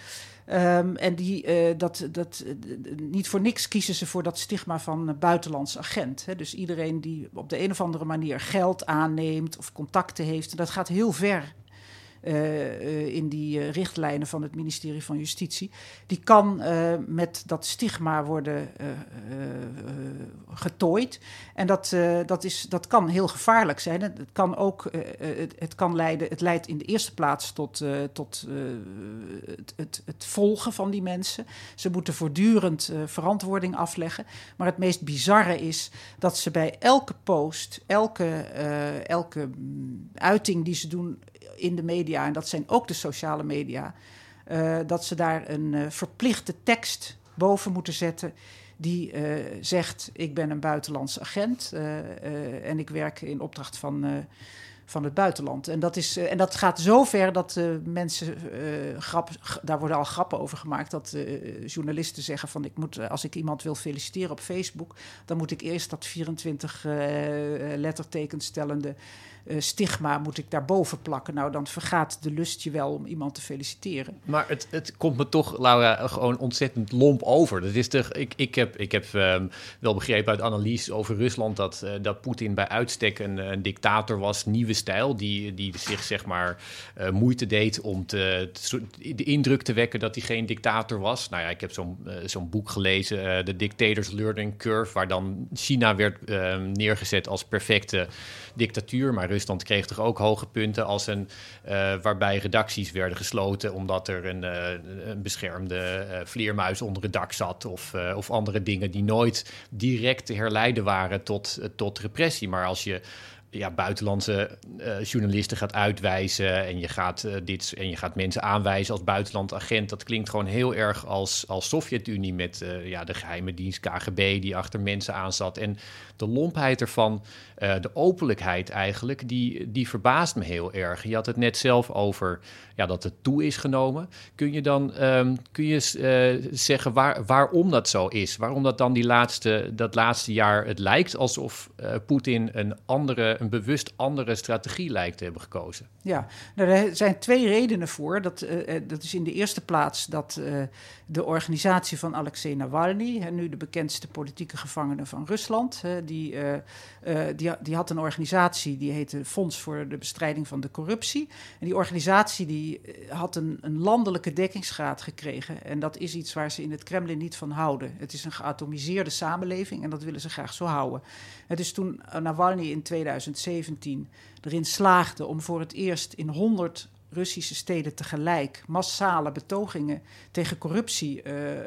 Um, en die, uh, dat, dat, uh, niet voor niks kiezen ze voor dat stigma van uh, buitenlands agent. Hè? Dus iedereen die op de een of andere manier geld aanneemt of contacten heeft, dat gaat heel ver. Uh, uh, in die uh, richtlijnen van het ministerie van Justitie, die kan uh, met dat stigma worden uh, uh, uh, getooid. En dat, uh, dat, is, dat kan heel gevaarlijk zijn. Het kan ook, uh, het, het kan leiden, het leidt in de eerste plaats tot, uh, tot uh, het, het, het volgen van die mensen. Ze moeten voortdurend uh, verantwoording afleggen. Maar het meest bizarre is dat ze bij elke post, elke, uh, elke uiting die ze doen in de media, en dat zijn ook de sociale media, uh, dat ze daar een uh, verplichte tekst boven moeten zetten die uh, zegt, ik ben een buitenlandse agent uh, uh, en ik werk in opdracht van, uh, van het buitenland. En dat, is, uh, en dat gaat zo ver dat uh, mensen, uh, grap, g- daar worden al grappen over gemaakt, dat uh, journalisten zeggen van, ik moet, als ik iemand wil feliciteren op Facebook, dan moet ik eerst dat vierentwintig uh, lettertekens stellende Uh, stigma moet ik daarboven plakken. Nou, dan vergaat de lust je wel om iemand te feliciteren. Maar het, het komt me toch, Laura, gewoon ontzettend lomp over. Dat is toch, ik, ik heb, ik heb um, wel begrepen uit analyse over Rusland dat, uh, dat Poetin bij uitstek een, een dictator was, nieuwe stijl, die, die zich zeg maar uh, moeite deed om te, te, de indruk te wekken dat hij geen dictator was. Nou ja, ik heb zo'n, uh, zo'n boek gelezen, uh, The Dictator's Learning Curve, waar dan China werd uh, neergezet als perfecte dictatuur, maar Rusland kreeg toch ook hoge punten als een uh, waarbij redacties werden gesloten omdat er een, uh, een beschermde uh, vleermuis onder het dak zat of, uh, of andere dingen die nooit direct te herleiden waren tot, uh, tot repressie. Maar als je ja, buitenlandse uh, journalisten gaat uitwijzen en je gaat, uh, dit, en je gaat mensen aanwijzen als buitenland agent, dat klinkt gewoon heel erg als, als Sovjet-Unie met uh, ja, de geheime dienst K G B die achter mensen aanzat. En de lompheid ervan, uh, de openlijkheid eigenlijk, die, die verbaast me heel erg. Je had het net zelf over ja, dat het toe is genomen. Kun je dan um, kun je, uh, zeggen waar, waarom dat zo is? Waarom dat dan die laatste, dat laatste jaar het lijkt alsof uh, Poetin een andere, een bewust andere strategie lijkt te hebben gekozen? Ja, nou, er zijn twee redenen voor. Dat, uh, dat is in de eerste plaats dat uh, de organisatie van Alexei Navalny, hè, nu de bekendste politieke gevangene van Rusland, hè, die, uh, uh, die, die had een organisatie die heette Fonds voor de Bestrijding van de Corruptie. En die organisatie die had een, een landelijke dekkingsgraad gekregen. En dat is iets waar ze in het Kremlin niet van houden. Het is een geatomiseerde samenleving en dat willen ze graag zo houden. Het is toen Navalny in tweeduizend zeventien erin slaagde om voor het eerst in honderd Russische steden tegelijk massale betogingen tegen corruptie uh, uh,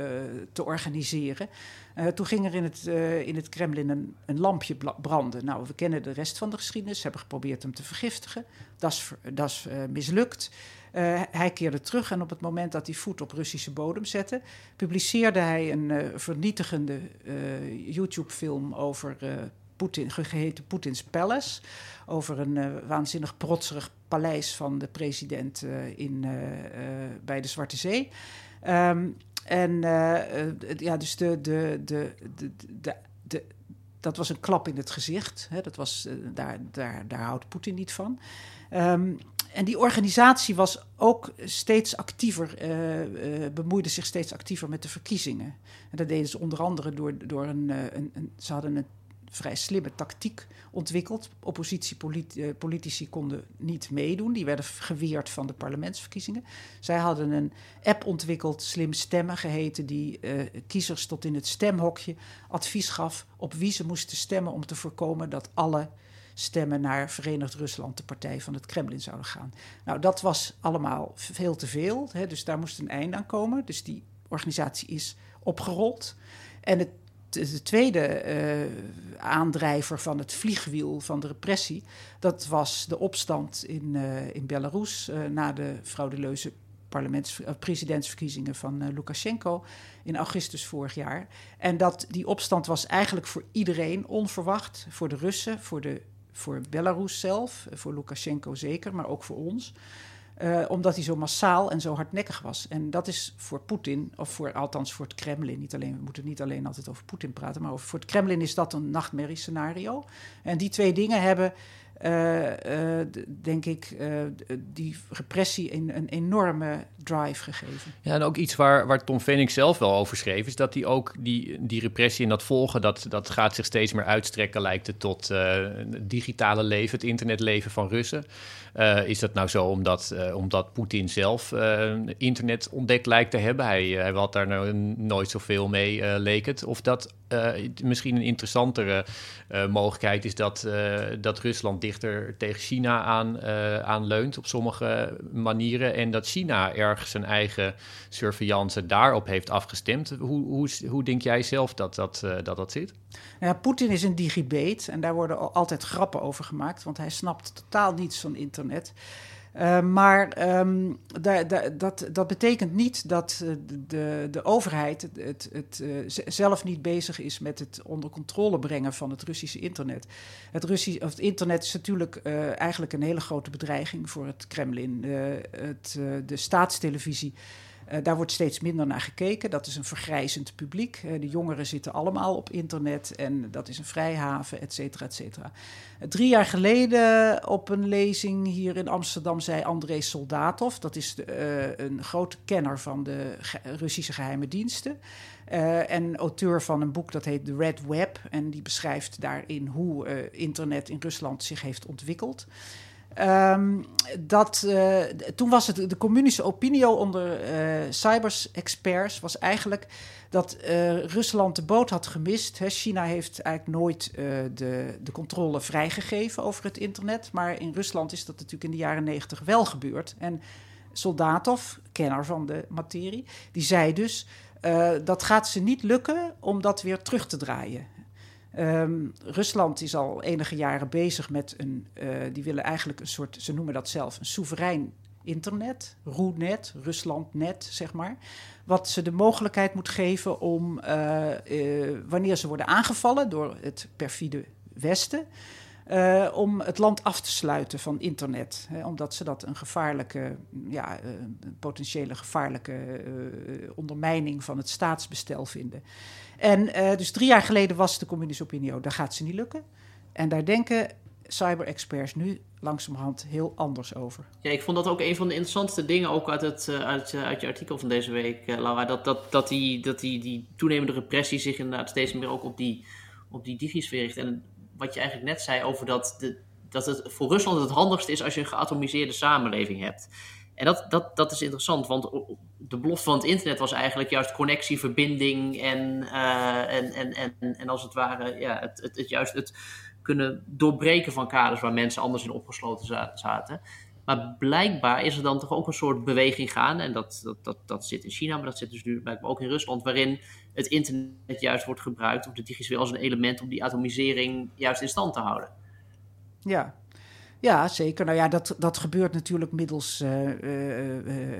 te organiseren. Uh, toen ging er in het, uh, in het Kremlin een, een lampje branden. Nou, we kennen de rest van de geschiedenis. Ze hebben geprobeerd hem te vergiftigen. Dat is, dat is uh, mislukt. Uh, hij keerde terug en op het moment dat hij voet op Russische bodem zette, publiceerde hij een uh, vernietigende uh, YouTube-film over Uh, Poetin, geheten Poetins Palace, over een uh, waanzinnig protserig paleis van de president uh, in, uh, uh, bij de Zwarte Zee. Um, en uh, uh, ja, dus de, de, de, de, de, de, dat was een klap in het gezicht. Hè, dat was, uh, daar, daar, daar houdt Poetin niet van. Um, En die organisatie was ook steeds actiever, uh, uh, bemoeide zich steeds actiever met de verkiezingen. En dat deden ze onder andere door, door een, een, een... Ze hadden een vrij slimme tactiek ontwikkeld. Oppositiepolitici konden niet meedoen. Die werden geweerd van de parlementsverkiezingen. Zij hadden een app ontwikkeld, Slim Stemmen geheten, die uh, kiezers tot in het stemhokje advies gaf op wie ze moesten stemmen om te voorkomen dat alle stemmen naar Verenigd Rusland, de partij van het Kremlin, zouden gaan. Nou, dat was allemaal veel te veel. Hè, dus daar moest een einde aan komen. Dus die organisatie is opgerold. En het, de tweede uh, aandrijver van het vliegwiel van de repressie, dat was de opstand in, uh, in Belarus uh, na de frauduleuze parlements, uh, presidentsverkiezingen van uh, Lukashenko in augustus vorig jaar. En dat, die opstand was eigenlijk voor iedereen onverwacht. Voor de Russen, voor, de, voor Belarus zelf, voor Lukashenko zeker, maar ook voor ons. Uh, omdat hij zo massaal en zo hardnekkig was. En dat is voor Poetin, of voor, althans voor het Kremlin, niet alleen, we moeten niet alleen altijd over Poetin praten, maar over, voor het Kremlin is dat een nachtmerriescenario. En die twee dingen hebben uh, uh, denk ik, uh, die repressie een, een enorme drive gegeven. Ja, en ook iets waar, waar Tom Venink zelf wel over schreef, is dat hij ook die, die repressie en dat volgen, dat, dat gaat zich steeds meer uitstrekken, lijkt het, tot uh, het digitale leven, het internetleven van Russen. Uh, is dat nou zo omdat, uh, omdat Poetin zelf uh, internet ontdekt lijkt te hebben? Hij, hij had daar nou nooit zoveel mee, uh, leek het. Of dat uh, misschien een interessantere uh, mogelijkheid is dat, uh, dat Rusland dichter tegen China aan, uh, aanleunt op sommige manieren en dat China erg zijn eigen surveillance daarop heeft afgestemd. Hoe, hoe, hoe denk jij zelf dat dat, uh, dat, dat zit? Ja, Poetin is een digibate en daar worden altijd grappen over gemaakt, want hij snapt totaal niets van internet. Uh, maar um, da, da, dat, dat betekent niet dat uh, de, de overheid het, het, het uh, z- zelf niet bezig is met het onder controle brengen van het Russische internet. Het, Russisch, of het internet is natuurlijk uh, eigenlijk een hele grote bedreiging voor het Kremlin. Uh, het, uh, de staatstelevisie. Uh, daar wordt steeds minder naar gekeken. Dat is een vergrijzend publiek. Uh, de jongeren zitten allemaal op internet en dat is een vrijhaven, et cetera, et cetera. Uh, drie jaar geleden op een lezing hier in Amsterdam zei Andrei Soldatov, dat is de, uh, een grote kenner van de ge- Russische geheime diensten uh, en auteur van een boek dat heet The Red Web en die beschrijft daarin hoe uh, internet in Rusland zich heeft ontwikkeld. Um, dat, uh, toen was het de communische opinie onder uh, cyber-experts was eigenlijk dat uh, Rusland de boot had gemist. Hè. China heeft eigenlijk nooit uh, de, de controle vrijgegeven over het internet. Maar in Rusland is dat natuurlijk in de jaren negentig wel gebeurd. En Soldatov, kenner van de materie, die zei dus uh, dat gaat ze niet lukken om dat weer terug te draaien. Um, Rusland is al enige jaren bezig met een, uh, die willen eigenlijk een soort, ze noemen dat zelf, een soeverein internet, RuNet, Ruslandnet, zeg maar. Wat ze de mogelijkheid moet geven om, uh, uh, wanneer ze worden aangevallen door het perfide Westen, uh, om het land af te sluiten van internet. Hè, omdat ze dat een gevaarlijke, ja, uh, potentiële gevaarlijke uh, ondermijning van het staatsbestel vinden. En uh, dus drie jaar geleden was de communistische opinie, daar gaat ze niet lukken. En daar denken cyber-experts nu langzamerhand heel anders over. Ja, ik vond dat ook een van de interessantste dingen, ook uit, het, uh, uit, uh, uit je artikel van deze week, uh, Laura. Dat, dat, dat, die, dat die, die toenemende repressie zich inderdaad steeds meer ook op die, op die digisfeer richt. En wat je eigenlijk net zei over dat, de, dat het voor Rusland het handigste is als je een geatomiseerde samenleving hebt. En dat, dat, dat is interessant, want de belofte van het internet was eigenlijk juist connectie, verbinding en, uh, en, en, en, en als het ware ja, het, het, het juist het kunnen doorbreken van kaders waar mensen anders in opgesloten zaten. Maar blijkbaar is er dan toch ook een soort beweging gaan, en dat, dat, dat, dat zit in China, maar dat zit dus nu blijkbaar ook in Rusland, waarin het internet juist wordt gebruikt, of de digitale als een element om die atomisering juist in stand te houden. Ja. Ja, zeker. Nou ja, dat, dat gebeurt natuurlijk middels uh, uh, uh, uh,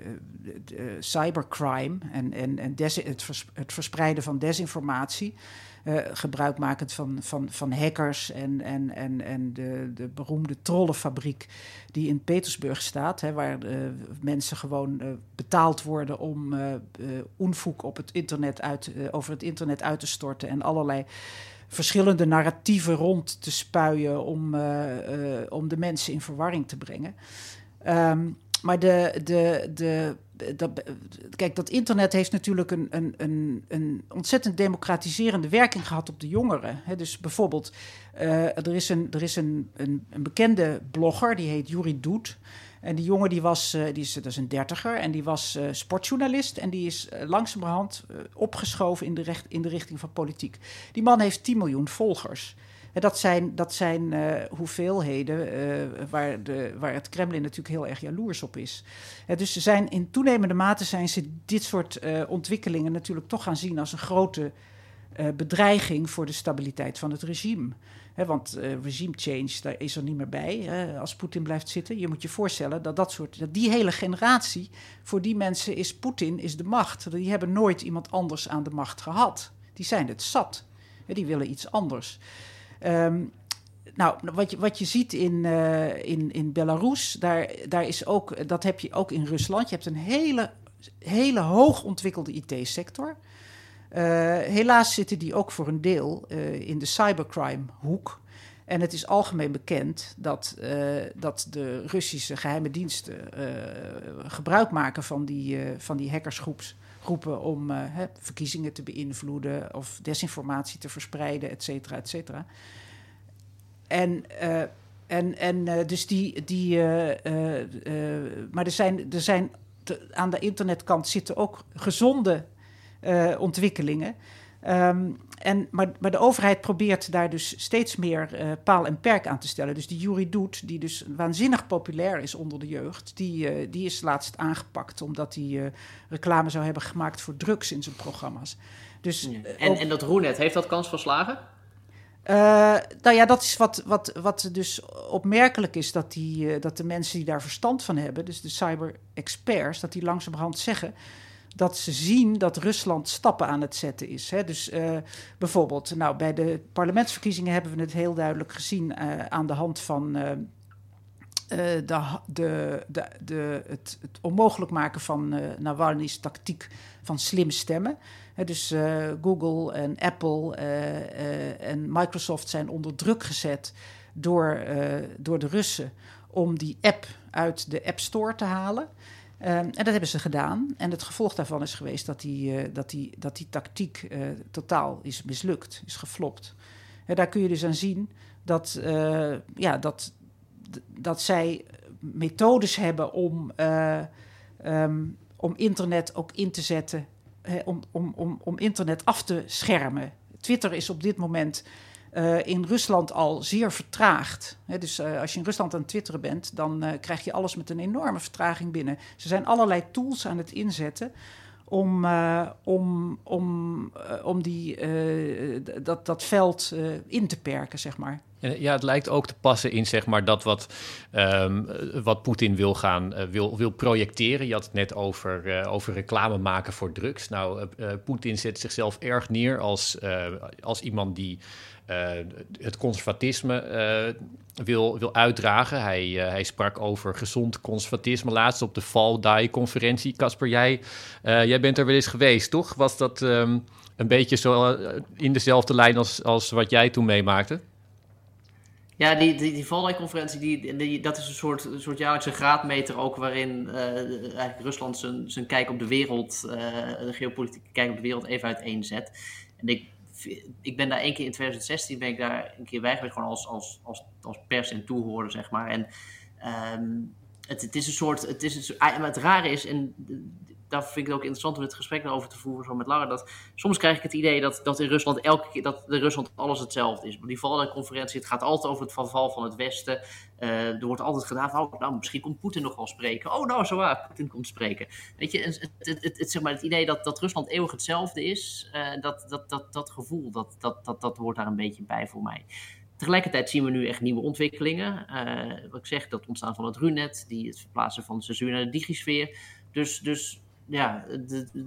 uh, cybercrime en, en, en des, het, vers, het verspreiden van desinformatie. Uh, gebruikmakend van, van, van hackers en, en, en, en de, de beroemde trollenfabriek die in Petersburg staat, hè, waar uh, mensen gewoon uh, betaald worden om uh, uh, onvoek op het internet uit, uh, over het internet uit te storten en allerlei verschillende narratieven rond te spuien om, uh, uh, om de mensen in verwarring te brengen. Um, maar de, de, de, de, kijk, dat internet heeft natuurlijk een, een, een, een ontzettend democratiserende werking gehad op de jongeren. He, dus bijvoorbeeld, uh, er is, een, er is een, een, een bekende blogger, die heet Yuri Doed. En die jongen die was, uh, die is, dat is een dertiger en die was uh, sportjournalist. En die is uh, langzamerhand uh, opgeschoven in de, recht, in de richting van politiek. Die man heeft tien miljoen volgers. En dat zijn, dat zijn uh, hoeveelheden uh, waar, de, waar het Kremlin natuurlijk heel erg jaloers op is. Uh, dus ze zijn in toenemende mate zijn ze dit soort uh, ontwikkelingen natuurlijk toch gaan zien als een grote uh, bedreiging voor de stabiliteit van het regime. He, want uh, regime change, daar is er niet meer bij uh, als Poetin blijft zitten. Je moet je voorstellen dat, dat, soort, dat die hele generatie, voor die mensen is Poetin is de macht. Die hebben nooit iemand anders aan de macht gehad. Die zijn het zat. He, die willen iets anders. Um, nou, wat je, wat je ziet in, uh, in, in Belarus, daar, daar is ook, dat heb je ook in Rusland. Je hebt een hele, hele hoog ontwikkelde I T-sector. Uh, helaas zitten die ook voor een deel uh, in de cybercrime hoek. En het is algemeen bekend dat, uh, dat de Russische geheime diensten uh, gebruik maken van die, uh, van die hackersgroepen om uh, hè, verkiezingen te beïnvloeden of desinformatie te verspreiden, et cetera, et cetera. En, uh, en, en uh, dus die. die uh, uh, uh, maar er zijn, er zijn te, aan de internetkant zitten ook gezonde uh, ontwikkelingen. Um, en, maar, maar de overheid probeert daar dus steeds meer uh, paal en perk aan te stellen. Dus die Juri Doet, die dus waanzinnig populair is onder de jeugd, die, uh, die is laatst aangepakt omdat hij uh, reclame zou hebben gemaakt voor drugs in zijn programma's. Dus, ja. en, ook, en dat Roenet, heeft dat kans van slagen? Uh, nou ja, dat is wat, wat, wat dus opmerkelijk is, dat, die, uh, dat de mensen die daar verstand van hebben, dus de cyber-experts, dat die langzamerhand zeggen dat ze zien dat Rusland stappen aan het zetten is. Hè. Dus uh, bijvoorbeeld, nou, bij de parlementsverkiezingen hebben we het heel duidelijk gezien uh, aan de hand van uh, uh, de, de, de, de, het, het onmogelijk maken van uh, Navalny's tactiek van slim stemmen. He, dus uh, Google en Apple uh, uh, en Microsoft zijn onder druk gezet door, uh, door de Russen om die app uit de App Store te halen. Um, en dat hebben ze gedaan. En het gevolg daarvan is geweest dat die, uh, dat die, dat die tactiek uh, totaal is mislukt, is geflopt. En daar kun je dus aan zien dat, uh, ja, dat, d- dat zij methodes hebben om, uh, um, om internet ook in te zetten, hè, om, om, om, om internet af te schermen. Twitter is op dit moment Uh, in Rusland al zeer vertraagd. He, dus uh, als je in Rusland aan het twitteren bent, dan uh, krijg je alles met een enorme vertraging binnen. Ze zijn allerlei tools aan het inzetten om, uh, om, om, uh, om die, uh, dat, dat veld uh, in te perken, zeg maar. Ja, het lijkt ook te passen in zeg maar dat wat, um, wat Poetin wil gaan uh, wil, wil projecteren. Je had het net over, uh, over reclame maken voor drugs. Nou, uh, uh, Poetin zet zichzelf erg neer als, uh, als iemand die uh, het conservatisme uh, wil, wil uitdragen. Hij, uh, hij sprak over gezond conservatisme laatst op de Valdai-conferentie. Casper, jij, uh, jij bent er wel eens geweest, toch? Was dat um, een beetje zo uh, in dezelfde lijn als, als wat jij toen meemaakte? Ja, die, die, die Valdai-conferentie, die, die, dat is een soort, een soort jaarlijkse graadmeter ook, waarin uh, eigenlijk Rusland zijn, zijn kijk op de wereld, uh, de geopolitieke kijk op de wereld even uiteenzet. En ik, ik ben daar één keer in twintig zestien, ben ik daar een keer bij geweest, gewoon als, als, als, als pers en toehoorder, zeg maar. En um, het, het is een soort, het is een, maar het rare is, en daar vind ik het ook interessant om het gesprek over te voeren zo met Laura, dat soms krijg ik het idee dat, dat in Rusland elke keer, dat in Rusland alles hetzelfde is. Maar die Valdai-conferentie, het gaat altijd over het verval van het Westen. Uh, er wordt altijd gedaan van, oh, nou, misschien komt Poetin nog wel spreken. Oh, nou, zo waar, Poetin komt spreken. Weet je, het, het, het, het, zeg maar, het idee dat, dat Rusland eeuwig hetzelfde is, uh, dat, dat, dat, dat gevoel, dat, dat, dat, dat hoort daar een beetje bij voor mij. Tegelijkertijd zien we nu echt nieuwe ontwikkelingen. Uh, wat ik zeg, dat ontstaan van het Runet, die het verplaatsen van de censuur naar de digisfeer. Dus, dus ja, de, de,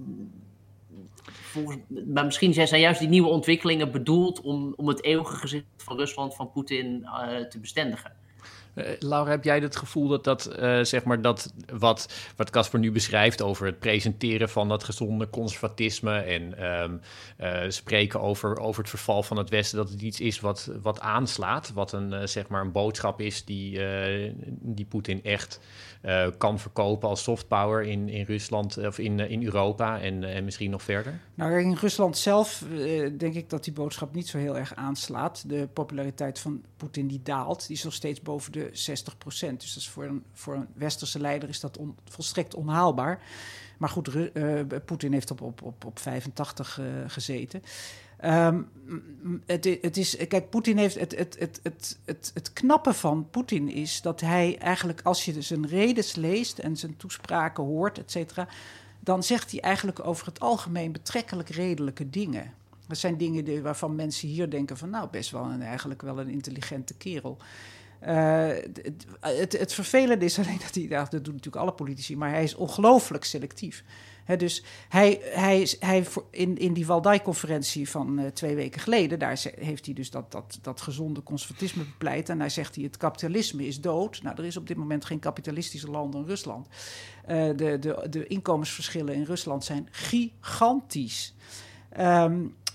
volgens, maar misschien zijn juist die nieuwe ontwikkelingen bedoeld om, om het eeuwige gezicht van Rusland, van Poetin, uh, te bestendigen. Uh, Laura, heb jij het gevoel dat dat, uh, zeg maar, dat wat wat Casper nu beschrijft over het presenteren van dat gezonde conservatisme en um, uh, spreken over, over het verval van het Westen, dat het iets is wat, wat aanslaat, wat een, uh, zeg maar een boodschap is die, uh, die Poetin echt uh, kan verkopen als soft power in, in Rusland of in, uh, in Europa en, uh, en misschien nog verder? Nou, in Rusland zelf uh, denk ik dat die boodschap niet zo heel erg aanslaat. De populariteit van Poetin die daalt, die is nog steeds boven de zestig procent. Dus dat is voor een, voor een westerse leider is dat on, volstrekt onhaalbaar. Maar goed, uh, Poetin heeft op, op, op, op vijfentachtig uh, gezeten. Um, het, het is, kijk, Poetin heeft het, het, het, het, het, het knappe van Poetin is dat hij eigenlijk, als je zijn redens leest en zijn toespraken hoort, et cetera, dan zegt hij eigenlijk over het algemeen betrekkelijk redelijke dingen. Dat zijn dingen die, waarvan mensen hier denken van, nou, best wel een, eigenlijk wel een intelligente kerel. Uh, het, het, het vervelende is alleen dat hij, dat doen natuurlijk alle politici, maar hij is ongelooflijk selectief. He, dus hij, hij, hij in, in die Valdai-conferentie van uh, twee weken geleden, daar heeft hij dus dat, dat, dat gezonde conservatisme bepleit. En daar zegt hij, het kapitalisme is dood. Nou, er is op dit moment geen kapitalistische land dan Rusland. Uh, de, de, de inkomensverschillen in Rusland zijn gigantisch. Um,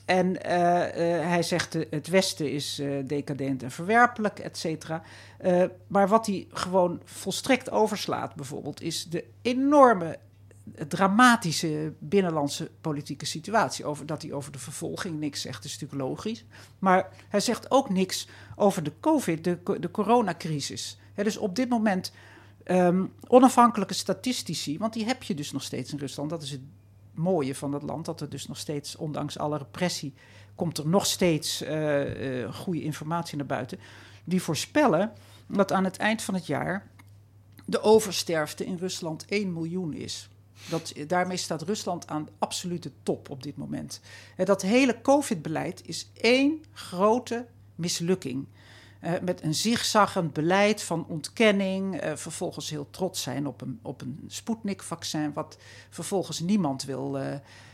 En uh, uh, hij zegt uh, het Westen is uh, decadent en verwerpelijk, et cetera. Uh, maar wat hij gewoon volstrekt overslaat bijvoorbeeld... is de enorme, dramatische binnenlandse politieke situatie. Over, dat hij over de vervolging niks zegt, is natuurlijk logisch. Maar hij zegt ook niks over de COVID, de, de coronacrisis. He, dus op dit moment um, onafhankelijke statistici... want die heb je dus nog steeds in Rusland, dat is het mooie van dat land, dat er dus nog steeds, ondanks alle repressie, komt er nog steeds uh, uh, goede informatie naar buiten. Die voorspellen dat aan het eind van het jaar de oversterfte in Rusland één miljoen is. Dat, daarmee staat Rusland aan de absolute top op dit moment. En dat hele COVID-beleid is één grote mislukking. Uh, met een zigzaggend beleid van ontkenning, uh, vervolgens heel trots zijn op een, op een Sputnik-vaccin, wat vervolgens niemand wil, uh,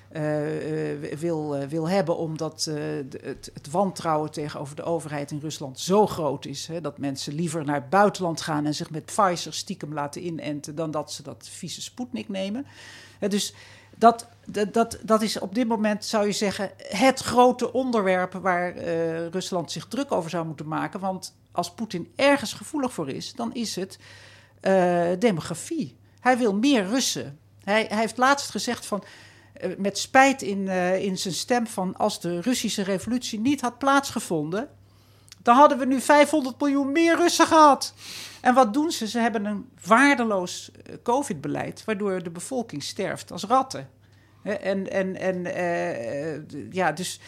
uh, uh, wil, uh, wil hebben, omdat uh, de, het, het wantrouwen tegenover de overheid in Rusland zo groot is, hè, dat mensen liever naar het buitenland gaan en zich met Pfizer stiekem laten inenten dan dat ze dat vieze Sputnik nemen. Uh, dus dat, dat, dat, dat is op dit moment, zou je zeggen, het grote onderwerp waar uh, Rusland zich druk over zou moeten maken. Want als Poetin ergens gevoelig voor is, dan is het uh, demografie. Hij wil meer Russen. Hij, hij heeft laatst gezegd van, uh, met spijt in, uh, in zijn stem van, als de Russische revolutie niet had plaatsgevonden, dan hadden we nu vijfhonderd miljoen meer Russen gehad. En wat doen ze? Ze hebben een waardeloos COVID-beleid, waardoor de bevolking sterft als ratten. En, en, en uh, ja, dus,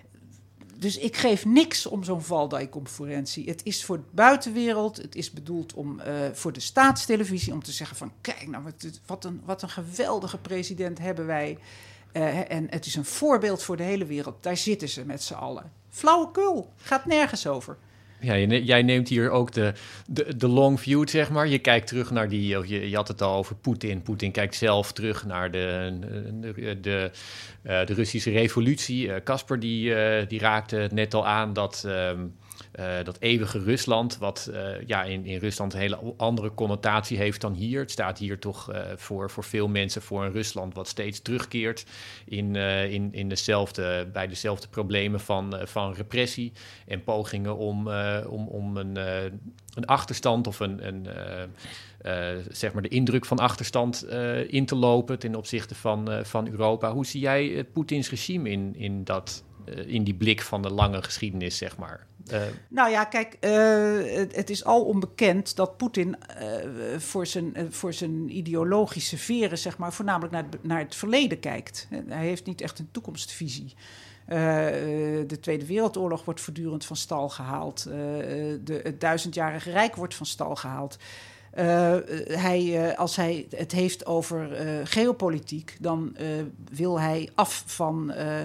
dus ik geef niks om zo'n Valdai-conferentie. Het is voor de buitenwereld, het is bedoeld om, uh, voor de staatstelevisie, om te zeggen van, kijk nou, wat, wat, een, wat een geweldige president hebben wij. Uh, en het is een voorbeeld voor de hele wereld. Daar zitten ze met z'n allen. Flauwekul, gaat nergens over. Ja, jij neemt hier ook de, de, de long view, zeg maar. Je kijkt terug naar die, je, je had het al over Poetin. Poetin kijkt zelf terug naar de, de, de, uh, de Russische revolutie. Casper uh, die, uh, die raakte het net al aan dat, um, uh, dat eeuwige Rusland, wat uh, ja, in, in Rusland een hele andere connotatie heeft dan hier. Het staat hier toch uh, voor, voor veel mensen voor een Rusland wat steeds terugkeert in, uh, in, in dezelfde, bij dezelfde problemen van, uh, van repressie en pogingen om, uh, om, om een, uh, een achterstand of een, een uh, uh, zeg maar de indruk van achterstand uh, in te lopen ten opzichte van, uh, van Europa. Hoe zie jij uh, Poetins regime in, in, dat, uh, in die blik van de lange geschiedenis, zeg maar? Uh, nou ja, kijk, uh, het, het is al onbekend dat Poetin uh, voor, zijn, uh, voor zijn ideologische veren, zeg maar, voornamelijk naar het, naar het verleden kijkt. Hij heeft niet echt een toekomstvisie. Uh, de Tweede Wereldoorlog wordt voortdurend van stal gehaald. Uh, de, het duizendjarige Rijk wordt van stal gehaald. Uh, hij, uh, als hij het heeft over uh, geopolitiek, dan uh, wil hij af van uh,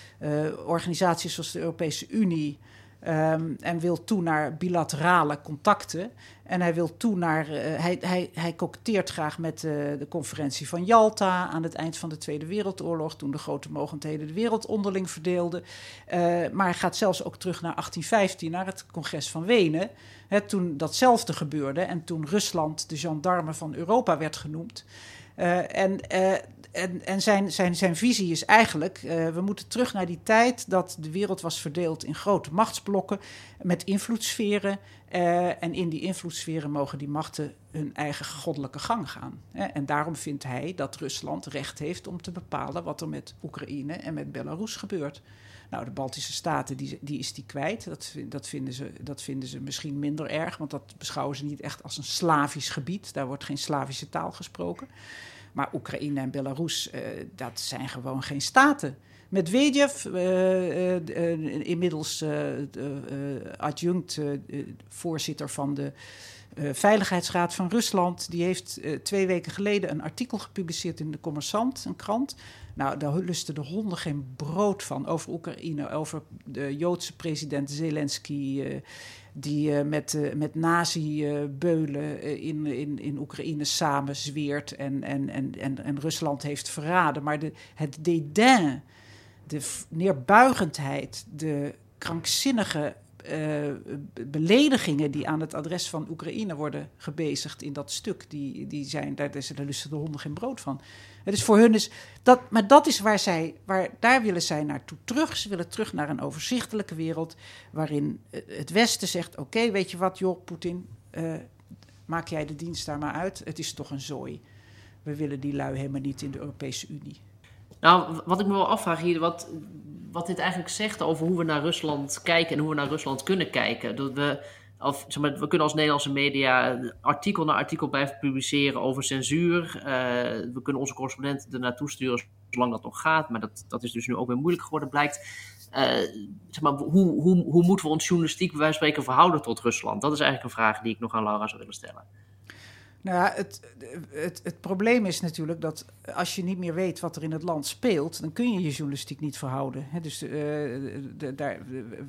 uh, organisaties zoals de Europese Unie. Um, en wil toe naar bilaterale contacten. En hij wil toe naar. Uh, hij, hij, hij koketteert graag met uh, de conferentie van Jalta aan het eind van de Tweede Wereldoorlog, toen de grote mogendheden de wereld onderling verdeelden. Uh, maar hij gaat zelfs ook terug naar achttien vijftien, naar het congres van Wenen. Hè, toen datzelfde gebeurde en toen Rusland de gendarme van Europa werd genoemd. Uh, en uh, en, en zijn, zijn, zijn visie is eigenlijk, uh, we moeten terug naar die tijd dat de wereld was verdeeld in grote machtsblokken met invloedssferen. Uh, en in die invloedssferen mogen die machten hun eigen goddelijke gang gaan. Hè? En daarom vindt hij dat Rusland recht heeft om te bepalen wat er met Oekraïne en met Belarus gebeurt. Nou, de Baltische Staten, die, die is die kwijt. Dat, dat, vinden ze, dat vinden ze misschien minder erg, want dat beschouwen ze niet echt als een Slavisch gebied. Daar wordt geen Slavische taal gesproken. Maar Oekraïne en Belarus, uh, dat zijn gewoon geen staten. Medvedev, uh, uh, uh, inmiddels uh, uh, adjunct uh, uh, voorzitter van de uh, Veiligheidsraad van Rusland, die heeft uh, twee weken geleden een artikel gepubliceerd in de Kommersant, een krant. Nou, daar lusten de honden geen brood van over Oekraïne, over de Joodse president Zelensky, uh, die uh, met, uh, met nazi-beulen uh, in, in, in Oekraïne samen zweert en, en, en, en, en Rusland heeft verraden. Maar de, het dédain, de neerbuigendheid, de krankzinnige uh, beledigingen die aan het adres van Oekraïne worden gebezigd in dat stuk, die, die zijn, daar, daar lusten de honden geen brood van. Het is voor hun is dat, maar dat is waar zij, waar, daar willen zij naartoe terug. Ze willen terug naar een overzichtelijke wereld waarin het Westen zegt, oké, okay, weet je wat, joh, Poetin, uh, maak jij de dienst daar maar uit. Het is toch een zooi. We willen die lui helemaal niet in de Europese Unie. Nou, wat ik me wel afvraag hier, wat, wat dit eigenlijk zegt over hoe we naar Rusland kijken en hoe we naar Rusland kunnen kijken. Dat we, of, zeg maar, we kunnen als Nederlandse media artikel na artikel blijven publiceren over censuur. Uh, we kunnen onze correspondenten er naartoe sturen zolang dat nog gaat, maar dat, dat is dus nu ook weer moeilijk geworden, blijkt. Uh, zeg maar, hoe, hoe, hoe moeten we ons journalistiek bij wijze van spreken verhouden tot Rusland? Dat is eigenlijk een vraag die ik nog aan Laura zou willen stellen. Nou ja, het, het, het probleem is natuurlijk dat als je niet meer weet wat er in het land speelt, dan kun je je journalistiek niet verhouden. He, dus uh, de, daar,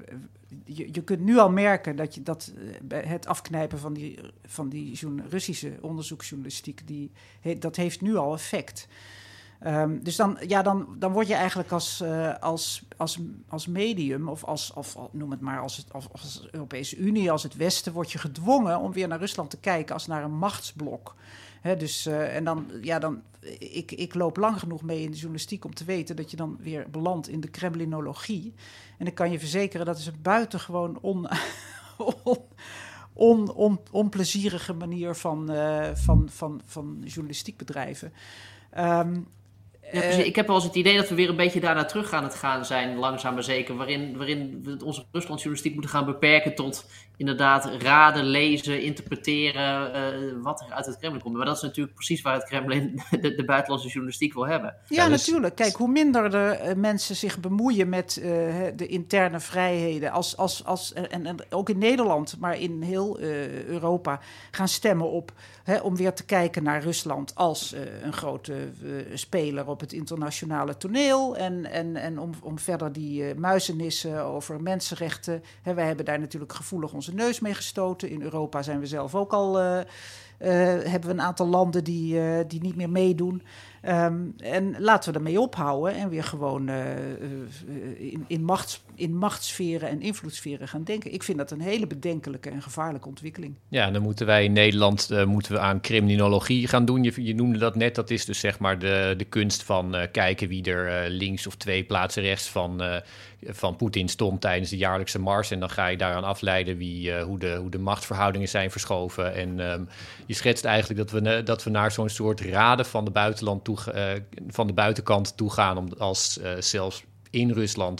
je, je kunt nu al merken dat, je, dat het afknijpen van die, van die Russische onderzoeksjournalistiek, die, he, dat heeft nu al effect. Um, dus dan, ja, dan, dan word je eigenlijk als, uh, als, als, als medium, of als, of noem het maar als, het, als, als Europese Unie, als het Westen, word je gedwongen om weer naar Rusland te kijken als naar een machtsblok. He, dus, uh, en dan, ja, dan, ik, ik loop lang genoeg mee in de journalistiek om te weten dat je dan weer belandt in de Kremlinologie. En ik kan je verzekeren, dat is een buitengewoon on, on, on, on, onplezierige manier van, uh, van, van, van journalistiek bedrijven. Um, Ja, precies. Ik heb wel eens het idee dat we weer een beetje daarna terug aan het gaan zijn, langzaam maar zeker, waarin, waarin we onze Ruslandjournalistiek moeten gaan beperken tot inderdaad raden, lezen, interpreteren, uh, wat er uit het Kremlin komt. Maar dat is natuurlijk precies waar het Kremlin de, de buitenlandse journalistiek wil hebben. Ja, ja dus... natuurlijk. Kijk, hoe minder de uh, mensen zich bemoeien met uh, de interne vrijheden, als, als, als, en, en ook in Nederland, maar in heel uh, Europa, gaan stemmen op, hè, om weer te kijken naar Rusland als uh, een grote uh, speler op het internationale toneel en, en, en om, om verder die uh, muizenissen over mensenrechten. Hè, wij hebben daar natuurlijk gevoelig onze neus mee gestoten. In Europa zijn we zelf ook al, uh, uh, hebben we een aantal landen die, uh, die niet meer meedoen. Um, en laten we ermee ophouden en weer gewoon uh, uh, in, in, machts, in machtssferen en invloedssferen gaan denken. Ik vind dat een hele bedenkelijke en gevaarlijke ontwikkeling. Ja, dan moeten wij in Nederland uh, moeten we aan criminologie gaan doen. Je, je noemde dat net, dat is dus zeg maar de, de kunst van uh, kijken wie er uh, links of twee plaatsen rechts van, uh, van Poetin stond tijdens de jaarlijkse mars. En dan ga je daaraan afleiden wie, uh, hoe, de, hoe de machtsverhoudingen zijn verschoven. En um, je schetst eigenlijk dat we, uh, dat we naar zo'n soort raden van de buitenland toe Uh, van de buitenkant toe gaan, om als uh, zelfs in Rusland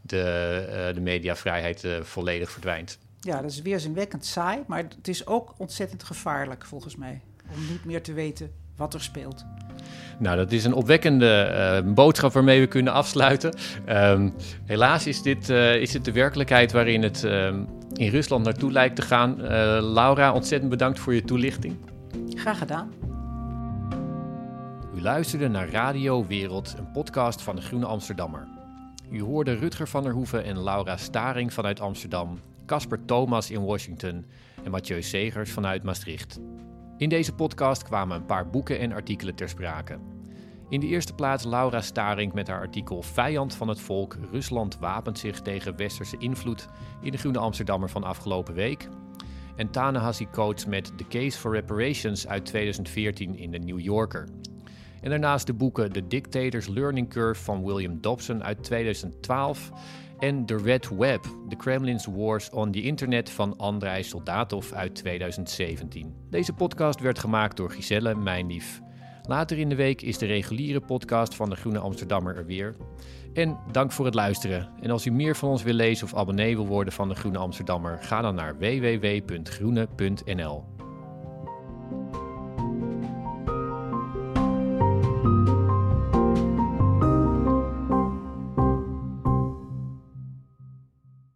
de, uh, de mediavrijheid uh, volledig verdwijnt. Ja, dat is weerzinwekkend saai, maar het is ook ontzettend gevaarlijk volgens mij, om niet meer te weten wat er speelt. Nou, dat is een opwekkende uh, boodschap waarmee we kunnen afsluiten. Um, helaas is dit, uh, is dit de werkelijkheid waarin het uh, in Rusland naartoe lijkt te gaan. Uh, Laura, ontzettend bedankt voor je toelichting. Graag gedaan. U luisterde naar Radio Wereld, een podcast van de Groene Amsterdammer. U hoorde Rutger van der Hoeven en Laura Staring vanuit Amsterdam, Casper Thomas in Washington en Mathieu Segers vanuit Maastricht. In deze podcast kwamen een paar boeken en artikelen ter sprake. In de eerste plaats Laura Staring met haar artikel Vijand van het volk, Rusland wapent zich tegen westerse invloed in de Groene Amsterdammer van afgelopen week. En Ta-Nehisi Coates met The Case for Reparations uit tweeduizend veertien in de New Yorker. En daarnaast de boeken The Dictator's Learning Curve van William Dobson uit tweeduizend twaalf en The Red Web, The Kremlin's Wars on the Internet van Andrei Soldatov uit tweeduizend zeventien. Deze podcast werd gemaakt door Giselle Mijnlief. Later in de week is de reguliere podcast van de Groene Amsterdammer er weer. En dank voor het luisteren. En als u meer van ons wil lezen of abonnee wil worden van de Groene Amsterdammer, ga dan naar w w w punt groene punt n l.